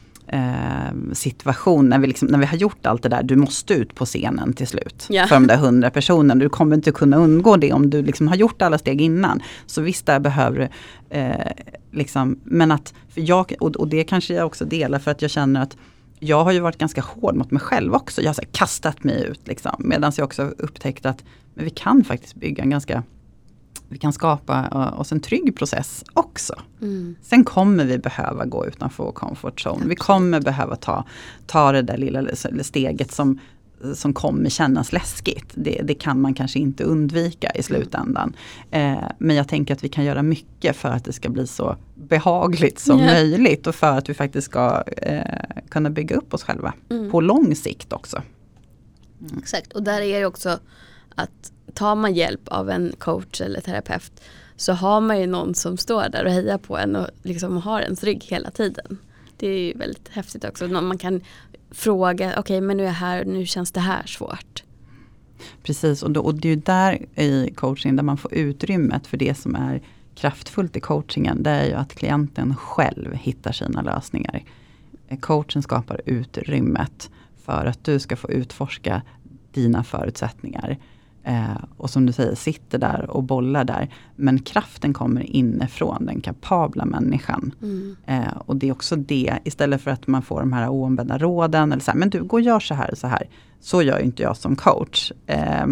eh, situation när vi, liksom, när vi har gjort allt det där, du måste ut på scenen till slut. Ja. För de där hundra personerna, du kommer inte kunna undgå det om du liksom har gjort alla steg innan. Så visst, där behöver du eh, liksom, men att, för jag, och, och det kanske jag också delar för att jag känner att jag har ju varit ganska hård mot mig själv också. Jag har så här, kastat mig ut liksom. Medan jag också upptäckt att men vi kan faktiskt bygga en ganska, vi kan skapa uh, oss en trygg process också. Mm. Sen kommer vi behöva gå utanför vår comfort zone. Absolut. Vi kommer behöva ta, ta det där lilla steget som, som kommer kännas läskigt. Det, det kan man kanske inte undvika i slutändan. Mm. Eh, men jag tänker att vi kan göra mycket för att det ska bli så behagligt som yeah. möjligt. Och för att vi faktiskt ska eh, kunna bygga upp oss själva. Mm. På lång sikt också. Mm. Exakt, och där är det också att tar man hjälp av en coach eller terapeut så har man ju någon som står där och hejar på en och liksom har ens rygg hela tiden. Det är ju väldigt häftigt också. Man kan fråga, okej okay, men nu är jag här, nu känns det här svårt. Precis, och, då, och det är ju där i coaching där man får utrymmet för det som är kraftfullt i coachingen. Det är ju att klienten själv hittar sina lösningar. Coachen skapar utrymmet för att du ska få utforska dina förutsättningar. Eh, och som du säger, sitter där och bollar där. Men kraften kommer inifrån den kapabla människan. Mm. Eh, och det är också det, istället för att man får de här oombedda råden. Eller så här, men du, gå och gör så här så här. Så gör ju inte jag som coach. Eh,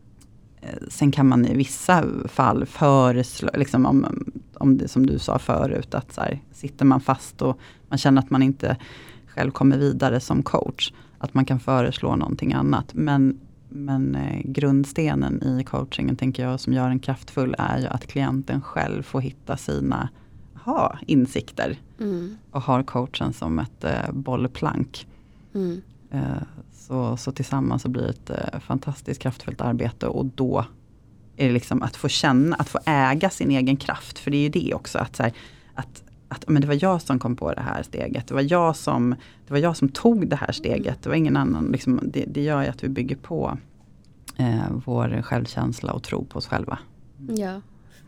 sen kan man i vissa fall föreslå, liksom om, om det som du sa förut. Att så här, sitter man fast och man känner att man inte själv kommer vidare som coach. Att man kan föreslå någonting annat. Men Men eh, grundstenen i coachingen tänker jag som gör en kraftfull är ju att klienten själv får hitta sina aha, insikter. Mm. Och har coachen som ett eh, bollplank. Mm. Eh, så, så tillsammans så blir det ett eh, fantastiskt kraftfullt arbete. Och då är det liksom att få känna, att få äga sin egen kraft. För det är ju det också att så här, att att men det var jag som kom på det här steget. Det var jag som, det var jag som tog det här steget. Det var ingen annan. Liksom, det, det gör ju att vi bygger på eh, vår självkänsla och tro på oss själva. Ja.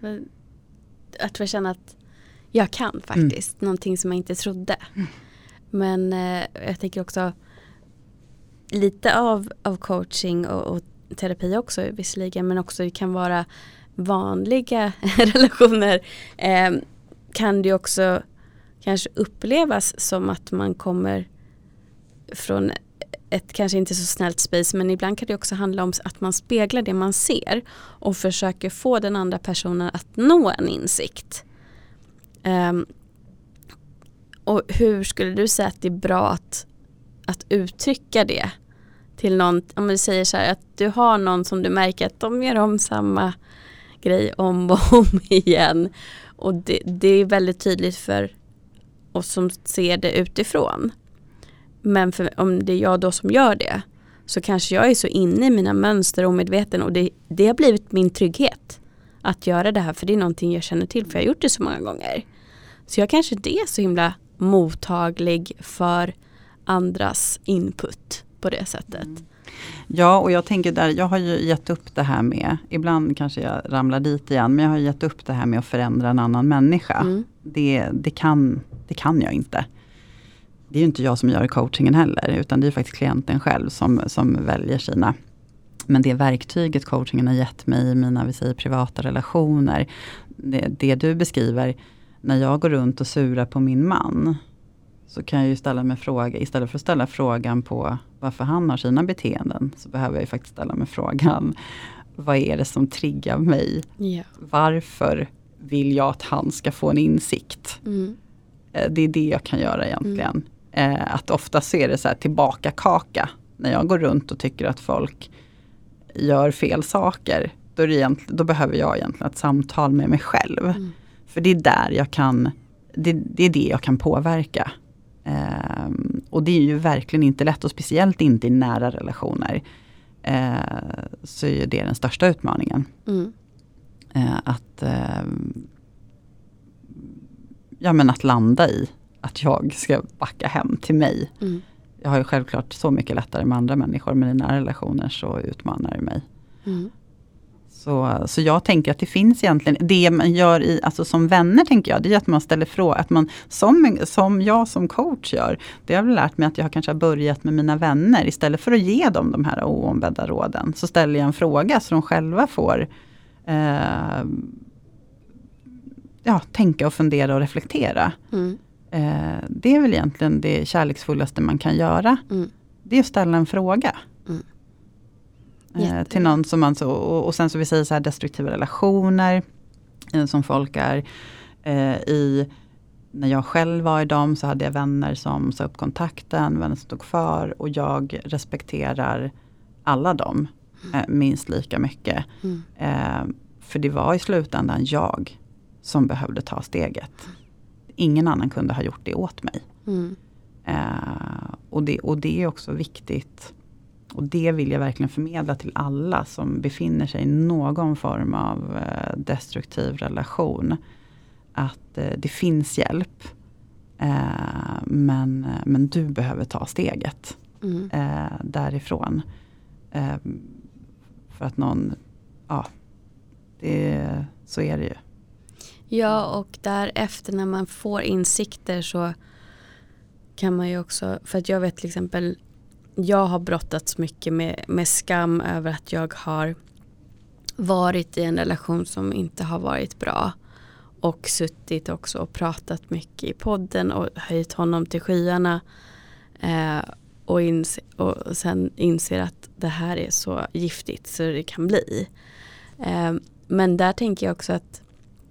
Att få känna att jag kan faktiskt. Mm. Någonting som jag inte trodde. Mm. Men eh, jag tänker också lite av, av coaching och, och terapi också visserligen. Men också det kan vara vanliga relationer. Eh, kan det också kanske upplevas som att man kommer från ett kanske inte så snällt space, men ibland kan det också handla om att man speglar det man ser och försöker få den andra personen att nå en insikt. Um, och hur skulle du säga att det är bra att, att uttrycka det till någon, om du säger så här att du har någon som du märker att de gör om samma grej om och om igen. Och det, det är väldigt tydligt för oss som ser det utifrån. Men för, om det är jag då som gör det så kanske jag är så inne i mina mönster och medveten. Och det, det har blivit min trygghet att göra det här. För det är någonting jag känner till för jag har gjort det så många gånger. Så jag kanske inte är så himla mottaglig för andras input på det sättet. Mm. Ja, och jag tänker där, jag har ju gett upp det här med, ibland kanske jag ramlar dit igen, men jag har gett upp det här med att förändra en annan människa. Mm. Det, det, kan, det kan jag inte. Det är ju inte jag som gör coachingen heller, utan det är faktiskt klienten själv som, som väljer sina. Men det verktyget coachingen har gett mig i mina, vi säger, privata relationer, det, det du beskriver, när jag går runt och surar på min man, så kan jag ju ställa mig fråga, istället för att ställa frågan på varför han har sina beteenden, så behöver jag ju faktiskt ställa mig frågan, vad är det som triggar mig? Yeah. Varför vill jag att han ska få en insikt? Mm. Det är det jag kan göra egentligen. Mm. Att ofta så är det så här tillbaka kaka. När jag går runt och tycker att folk gör fel saker, då, är det egentligen, då behöver jag egentligen ett samtal med mig själv. Mm. För det är där jag kan, det, det är det jag kan påverka. Um, och det är ju verkligen inte lätt, och speciellt inte i nära relationer. Uh, så är det den största utmaningen. Mm. Uh, att, uh, ja, men att landa i att jag ska backa hem till mig. Mm. Jag har ju självklart så mycket lättare med andra människor, men i nära relationer så utmanar det mig. Mm. Så, så jag tänker att det finns egentligen, det man gör i, alltså som vänner tänker jag, det är att man ställer frågor, att man som, som jag som coach gör, det har jag lärt mig att jag kanske har börjat med mina vänner, istället för att ge dem de här oombedda råden, så ställer jag en fråga så de själva får eh, ja, tänka och fundera och reflektera. Mm. Eh, det är väl egentligen det kärleksfullaste man kan göra. Mm. Det är att ställa en fråga. Mm. Eh, till någon som man så, och, och sen så vi säger så här destruktiva relationer eh, som folk är eh, i. När jag själv var i dem så hade jag vänner som sa upp kontakten, vänner som tog för, och jag respekterar alla dem eh, minst lika mycket. Mm. Eh, för det var i slutändan jag som behövde ta steget. Ingen annan kunde ha gjort det åt mig. Mm. Eh, och, det, och det är också viktigt. Och det vill jag verkligen förmedla till alla som befinner sig i någon form av eh, destruktiv relation. Att eh, det finns hjälp. Eh, men, men du behöver ta steget mm. eh, därifrån. Eh, för att någon, ja, det, så är det ju. Ja, och därefter när man får insikter så kan man ju också, för att jag vet till exempel, jag har brottats mycket med, med skam över att jag har varit i en relation som inte har varit bra. Och suttit också och pratat mycket i podden och höjt honom till skyarna. Eh, och, inse, och sen inser att det här är så giftigt så det kan bli. Eh, men där tänker jag också att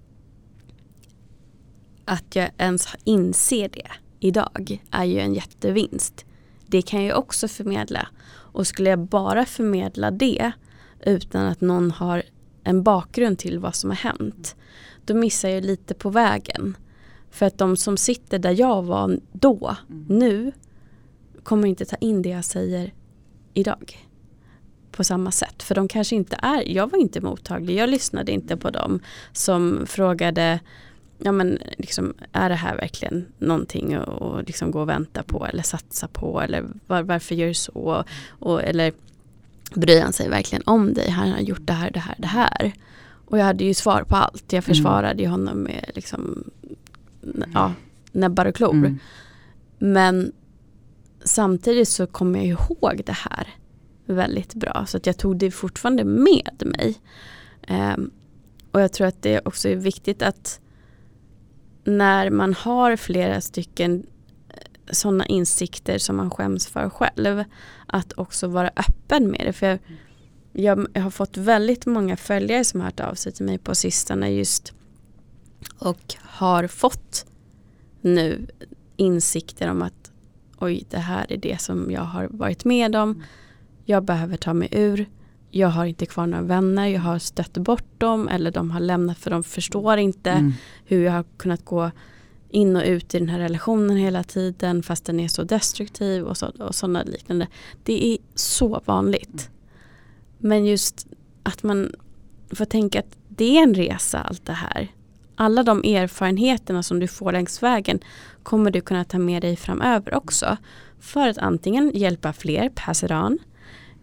att jag ens inser det idag är ju en jättevinst. Det kan jag också förmedla. Och skulle jag bara förmedla det utan att någon har en bakgrund till vad som har hänt, då missar jag lite på vägen. För att de som sitter där jag var då, mm. nu, kommer inte ta in det jag säger idag på samma sätt. För de kanske inte är, jag var inte mottaglig, jag lyssnade inte på dem som frågade, ja men liksom, är det här verkligen någonting att liksom gå och vänta på eller satsa på, eller var, varför gör du så, och, eller bryr han sig verkligen om dig, han har gjort det här, det här, det här. Och jag hade ju svar på allt, jag försvarade ju mm. honom med liksom, ja, näbbar och klor. Mm. Men samtidigt så kommer jag ihåg det här väldigt bra, så att jag tog det fortfarande med mig. Um, och jag tror att det också är viktigt att när man har flera stycken sådana insikter som man skäms för själv, att också vara öppen med det. För jag, jag, jag har fått väldigt många följare som har hört av sig till mig på sistone just, och har fått nu insikter om att oj, det här är det som jag har varit med om. Jag behöver ta mig ur. Jag har inte kvar några vänner. Jag har stött bort dem, eller de har lämnat för de förstår inte mm. hur jag har kunnat gå in och ut i den här relationen hela tiden fast den är så destruktiv och, så, och sådana liknande. Det är så vanligt. Men just att man får tänka att det är en resa, allt det här. Alla de erfarenheterna som du får längs vägen kommer du kunna ta med dig framöver också. För att antingen hjälpa fler, pass it on,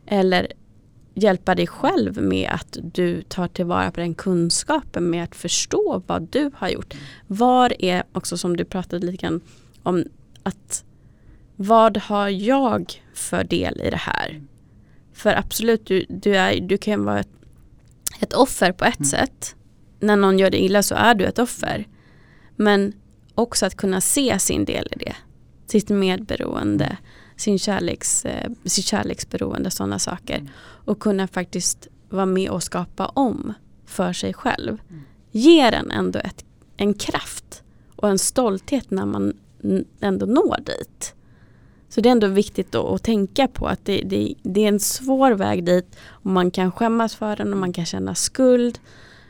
Eller hjälpa dig själv med att du tar tillvara på den kunskapen med att förstå vad du har gjort. Vad är också som du pratade lite grann om att vad har jag för del i det här? För absolut, du, du, är, du kan vara ett, ett offer på ett mm. sätt. När någon gör det illa så är du ett offer. Men också att kunna se sin del i det. Sitt medberoende, sin, kärleks, sin kärleksberoende, sådana saker. Mm. Och kunna faktiskt vara med och skapa om för sig själv. Mm. Ger en ändå ett, en kraft och en stolthet när man ändå når dit. Så det är ändå viktigt då att tänka på att det, det, det är en svår väg dit. Och man kan skämmas för den och man kan känna skuld.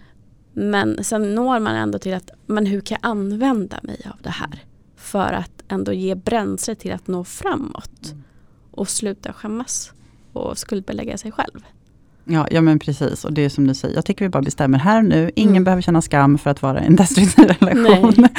Men sen når man ändå till att, men hur kan jag använda mig av det här? För att ändå ge bränsle till att nå framåt. Mm. Och sluta skämmas och skuldbelägga sig själv. Ja, ja, men precis. Och det är som du säger. Jag tycker vi bara bestämmer här nu. Ingen mm. behöver känna skam för att vara i en destruktiv relation.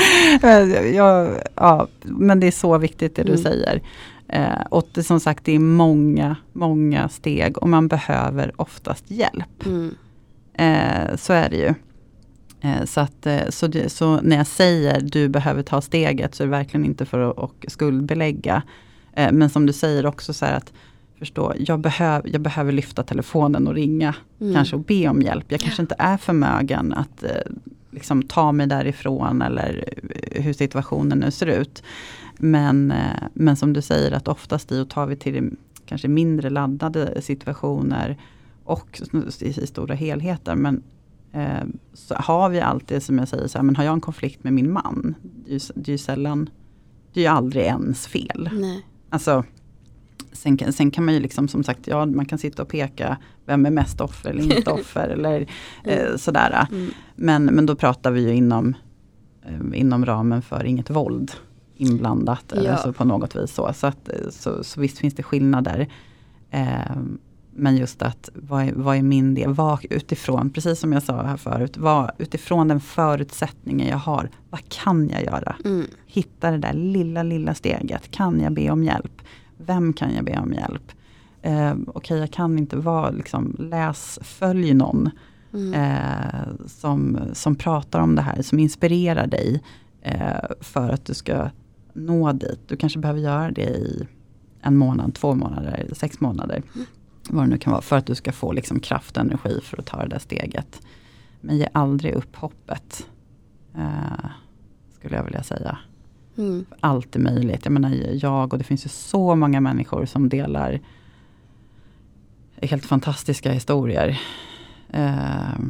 ja, ja, men det är så viktigt det mm. du säger. Eh, och det, som sagt, det är många, många steg. Och man behöver oftast hjälp. Mm. Eh, så är det ju. Eh, så, att, eh, så, det, så när jag säger du behöver ta steget så är det verkligen inte för att och skuldbelägga. Eh, men som du säger också så här att förstå, jag, behöv, jag behöver lyfta telefonen och ringa. Mm. Kanske och be om hjälp. Jag kanske inte är förmögen att eh, liksom ta mig därifrån eller hur situationen nu ser ut. Men, eh, men som du säger att oftast i och tar vi till kanske mindre laddade situationer och i, i stora helheter. Men eh, så har vi alltid som jag säger så här, men har jag en konflikt med min man? Det är ju, det är ju sällan, det är ju aldrig ens fel. Nej. Alltså Sen, sen kan man ju liksom som sagt, ja man kan sitta och peka vem är mest offer eller inte offer eller eh, sådär. Mm. Men, men då pratar vi ju inom, eh, inom ramen för inget våld inblandat ja. Eller så på något vis så. Så, att, så, så visst finns det skillnader. Eh, men just att vad är, vad är min del? Vad utifrån, precis som jag sa här förut, vad, utifrån den förutsättningen jag har, vad kan jag göra? Mm. Hitta det där lilla, lilla steget. Kan jag be om hjälp? Vem kan jag be om hjälp? Eh, Okej, okay, jag kan inte vara liksom, läs, följ någon mm. eh, som, som pratar om det här, som inspirerar dig eh, för att du ska nå dit. Du kanske behöver göra det i en månad, två månader, sex månader. Mm. Vad det nu kan vara, för att du ska få liksom, kraft och energi för att ta det där steget. Men ge aldrig upp hoppet, eh, skulle jag vilja säga. Mm. Allt är möjligt. Jag menar jag och det finns ju så många människor som delar helt fantastiska historier. Eh,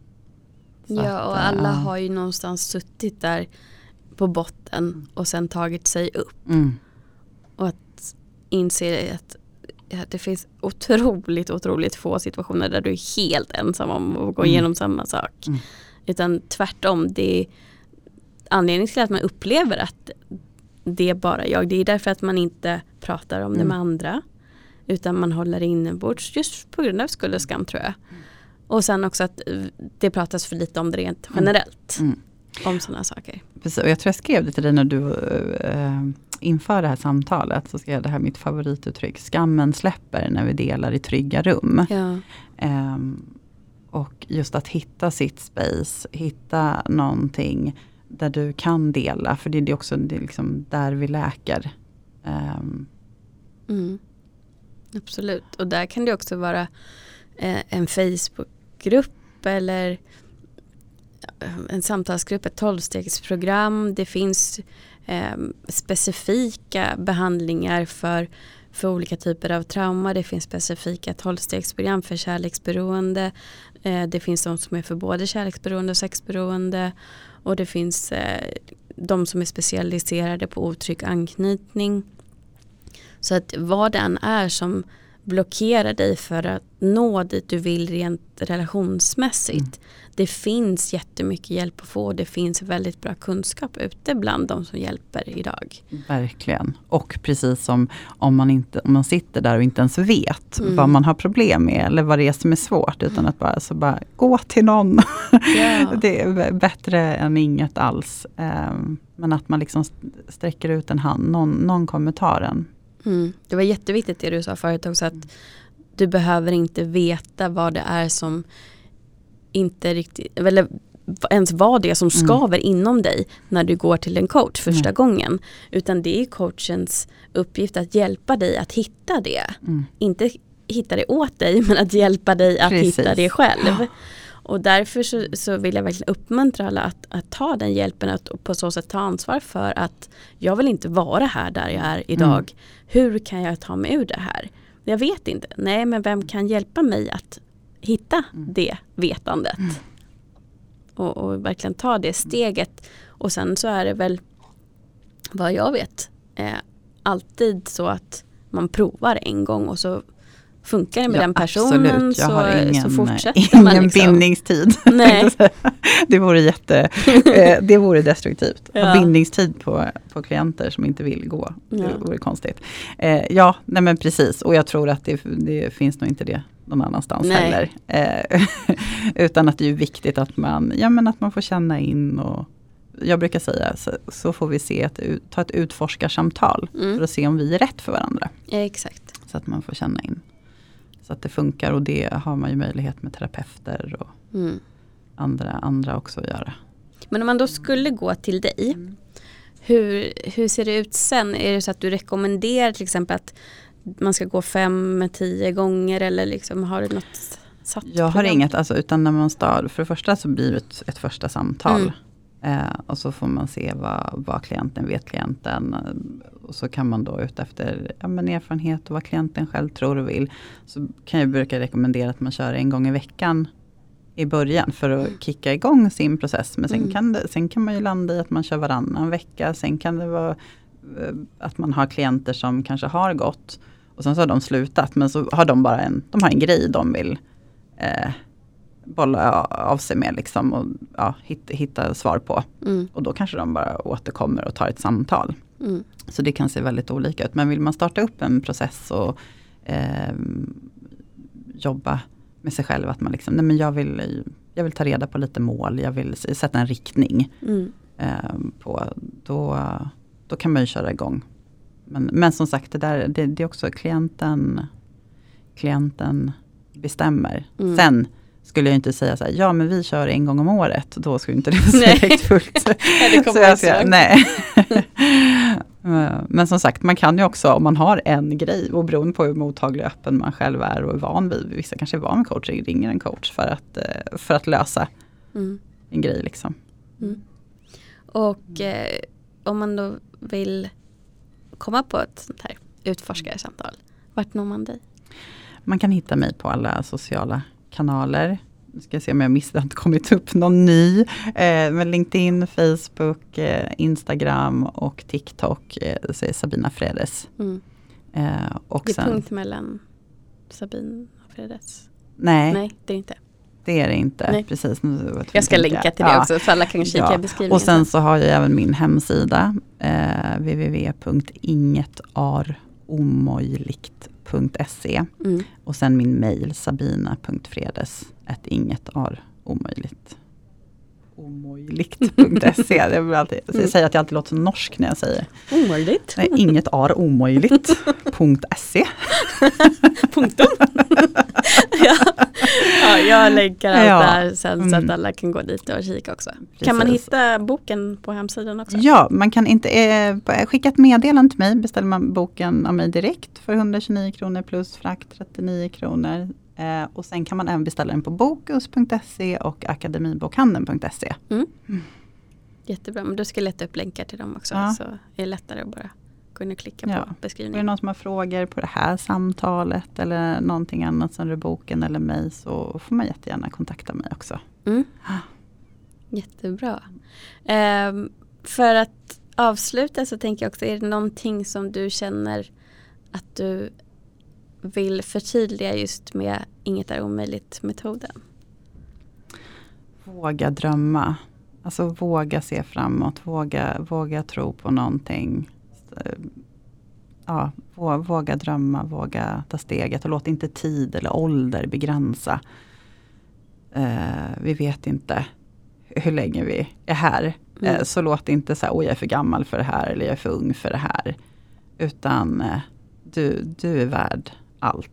ja, och alla äh, har ju någonstans suttit där på botten och sen tagit sig upp. Mm. Och att inse att, att det finns otroligt, otroligt få situationer där du är helt ensam om att gå igenom mm. samma sak. Mm. Utan tvärtom, det är anledningen till att man upplever att det är bara jag. Det är därför att man inte pratar om mm. det med andra. Utan man håller inombords just på grund av skuld och skam, tror jag. Mm. Och sen också att det pratas för lite om det rent generellt. Mm. Om sådana saker. Precis, och jag tror jag skrev det till dig när du äh, inför det här samtalet. Så skrev jag det här mitt favorituttryck. Skammen släpper när vi delar i trygga rum. Ja. Ähm, och just att hitta sitt space. Hitta någonting där du kan dela. För det är också det är liksom där vi läker. Um. Mm. Absolut. Och där kan det också vara eh, en Facebookgrupp eller en samtalsgrupp, ett tolvstegsprogram. Det finns eh, specifika behandlingar för, för olika typer av trauma. Det finns specifika tolvstegsprogram för kärleksberoende. Eh, det finns de som är för både kärleksberoende och sexberoende. Och det finns eh, de som är specialiserade på otrygg anknytning. Så att vad den är som blockerar dig för att nå dit du vill rent relationsmässigt. Mm. Det finns jättemycket hjälp att få. Det finns väldigt bra kunskap ute bland de som hjälper idag. Verkligen. Och precis som om man, inte, om man sitter där och inte ens vet mm. vad man har problem med eller vad det är som är svårt. Utan att bara, så bara gå till någon. Yeah. Det är bättre än inget alls. Um, men att man liksom sträcker ut en hand. Någon, någon kommer ta den. Mm. Det var jätteviktigt det du sa förut också, att Du behöver inte veta vad det är som inte riktigt, eller ens vad det är som skaver mm. inom dig när du går till en coach första mm. gången. Utan det är coachens uppgift att hjälpa dig att hitta det. Mm. Inte hitta det åt dig, men att hjälpa dig att Precis. hitta det själv. Och därför så, så vill jag verkligen uppmuntra alla att, att ta den hjälpen att, och på så sätt ta ansvar för att jag vill inte vara här där jag är idag. Mm. Hur kan jag ta mig ur det här? Jag vet inte. Nej, men vem kan hjälpa mig att hitta mm. det vetandet? Mm. Och, och verkligen ta det steget. Och sen så är det väl, vad jag vet, eh, alltid så att man provar en gång och så funkar det med ja, den personen absolut. Jag så, har ingen, så fortsätter ingen man liksom. bindningstid. Nej. det vore jätte det vore destruktivt. Ja. Bindningstid på, på klienter som inte vill gå. Ja. Det vore konstigt. Eh, ja, nej men precis. Och jag tror att det, det finns nog inte det någon annanstans nej. heller. Eh, utan att det är viktigt att man, ja, men att man får känna in och jag brukar säga så, så får vi se ett, ta ett utforskarsamtal mm. för att se om vi är rätt för varandra. Ja, exakt. Så att man får känna in. Så att det funkar och det har man ju möjlighet med terapeuter och mm. andra, andra också att göra. Men om man då skulle gå till dig, mm. hur, hur ser det ut sen? Är det så att du rekommenderar till exempel att man ska gå fem, tio gånger eller liksom har du något satt? Jag har inget, alltså, utan när man står, för det första så blir det ett, ett första samtal. Mm. Eh, och så får man se vad, vad klienten vet klienten. Och så kan man då ut efter ja, men erfarenhet och vad klienten själv tror och vill. Så kan jag brukar rekommendera att man kör en gång i veckan i början för att kicka igång sin process. Men sen, mm. kan, det, sen kan man ju landa i att man kör varannan vecka. Sen kan det vara eh, att man har klienter som kanske har gått. Och sen så har de slutat. Men så har de bara en, de har en grej de vill eh, bolla av sig med liksom och ja, hitta, hitta svar på. Mm. Och då kanske de bara återkommer och tar ett samtal. Mm. Så det kan se väldigt olika ut. Men vill man starta upp en process och eh, jobba med sig själv att man liksom, nej men jag vill, jag vill ta reda på lite mål, jag vill sätta en riktning mm. eh, på, då, då kan man ju köra igång. Men, men som sagt, det, där, det, det är också klienten klienten bestämmer. Mm. Sen skulle jag inte säga så här, ja men vi kör en gång om året. Då skulle inte det vara direkt fullt. Nej, det kommer jag säga, nej. Men som sagt, man kan ju också, om man har en grej, och beroende på hur mottaglig och öppen man själv är och är van vid, vissa kanske är van med coaching, ringer en coach för att, för att lösa mm. en grej liksom. Mm. Och eh, om man då vill komma på ett sånt här utforskarsamtal, vart når man dig? Man kan hitta mig på alla sociala kanaler. Nu ska jag se om jag missade att det kommit upp någon ny. Eh, med LinkedIn, Facebook, eh, Instagram och TikTok eh, så är Sabina Fredes. Mm. Eh, och det är sen, punkt mellan Sabina och Fredes? Nej. Nej, det är inte. Det är det inte. Nej. Precis. Nu, jag ska länka till det ja. också så alla kan kika ja. i beskrivningen. Och sen så har jag även min hemsida eh, w w w punkt inget ar omöjligt punkt se mm. och sen min mejl sabina punkt fredes at inget ar omöjligt omöjligt punkt se. Det vill alltid, mm. jag säger att jag alltid låter så norsk när jag säger omöjligt. Nej, inget ar omöjligt punkt se. Punktum. ja. ja, jag länkar allt ja. där sen mm. så att alla kan gå dit och kika också. Precis. Kan man hitta boken på hemsidan också? Ja, man kan inte eh, skicka ett meddelande till mig. Beställer man boken av mig direkt för hundratjugonio kronor plus frakt trettionio kronor. Eh, och sen kan man även beställa den på bokus punkt se och akademibokhandeln punkt se. Mm. Mm. Jättebra, men du ska leta upp länkar till dem också ja. så är det lättare att bara kunna klicka ja. på beskrivningen. Är det någon som har frågor på det här samtalet eller någonting annat som rör boken eller mig så får man jättegärna kontakta mig också. Mm. Jättebra. Um, för att avsluta så tänker jag också, är det någonting som du känner att du vill förtydliga just med inget är omöjligt-metoden? Våga drömma. Alltså våga se framåt. Våga, våga tro på någonting. Ja, våga drömma, våga ta steget och låt inte tid eller ålder begränsa. Uh, vi vet inte hur länge vi är här. Mm. Uh, så låt inte säga, oj jag är för gammal för det här eller jag är för ung för det här. Utan uh, du, du är värd allt.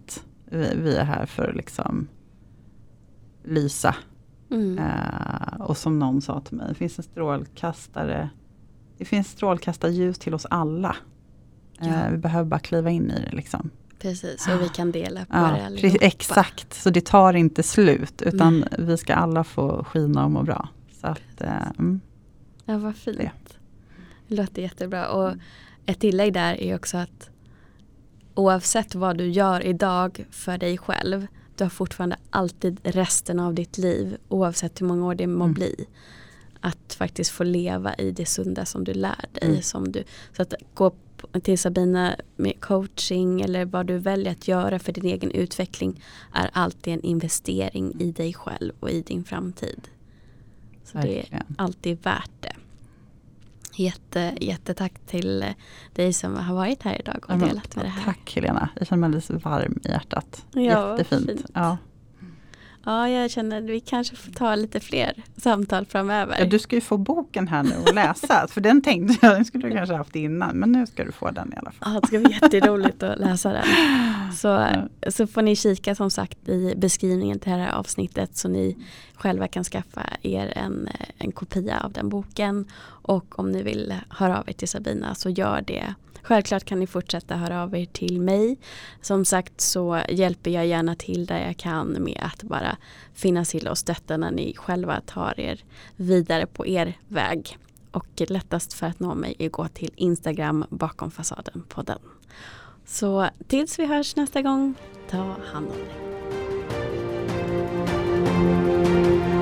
vi, vi är här för att liksom lysa. Mm. Uh, och som någon sa till mig, det finns en strålkastare, det finns strålkastarljus till oss alla. Uh, Ja. Vi behöver bara kliva in i det liksom. Precis, och vi kan dela på Ja, det allihopa. precis, exakt, så det tar inte slut utan Nej. vi ska alla få skina och må bra. Så att, uh, mm. Ja, vad fint. Det. Det låter jättebra. Och ett tillägg där är också att oavsett vad du gör idag för dig själv, du har fortfarande alltid resten av ditt liv, oavsett hur många år det må Mm. bli, att faktiskt få leva i det sunda som du lär dig. Mm. Som du, så att gå till Sabina med coaching eller vad du väljer att göra för din egen utveckling är alltid en investering i dig själv och i din framtid. Så det är Verkligen. alltid värt det. Jätte, jättetack till dig som har varit här idag och Ja, men, delat med det här. tack Helena, jag känner mig alldeles varm i hjärtat. Ja, Jättefint. fint. Ja. Ja, jag känner att vi kanske får ta lite fler samtal framöver. Ja, du ska ju få boken här nu och läsa. För den tänkte jag, den skulle du kanske haft innan. Men nu ska du få den i alla fall. Ja, det ska bli jätteroligt att läsa den. Så, ja. så får ni kika som sagt i beskrivningen till det här avsnittet så ni själva kan skaffa er en, en kopia av den boken. Och om ni vill höra av er till Sabina så gör det. Självklart kan ni fortsätta höra av er till mig. Som sagt så hjälper jag gärna till där jag kan med att bara finnas till och stötta när ni själva tar er vidare på er väg. Och lättast för att nå mig är att gå till Instagram bakom fasaden på den. Så tills vi hörs nästa gång, ta hand om dig.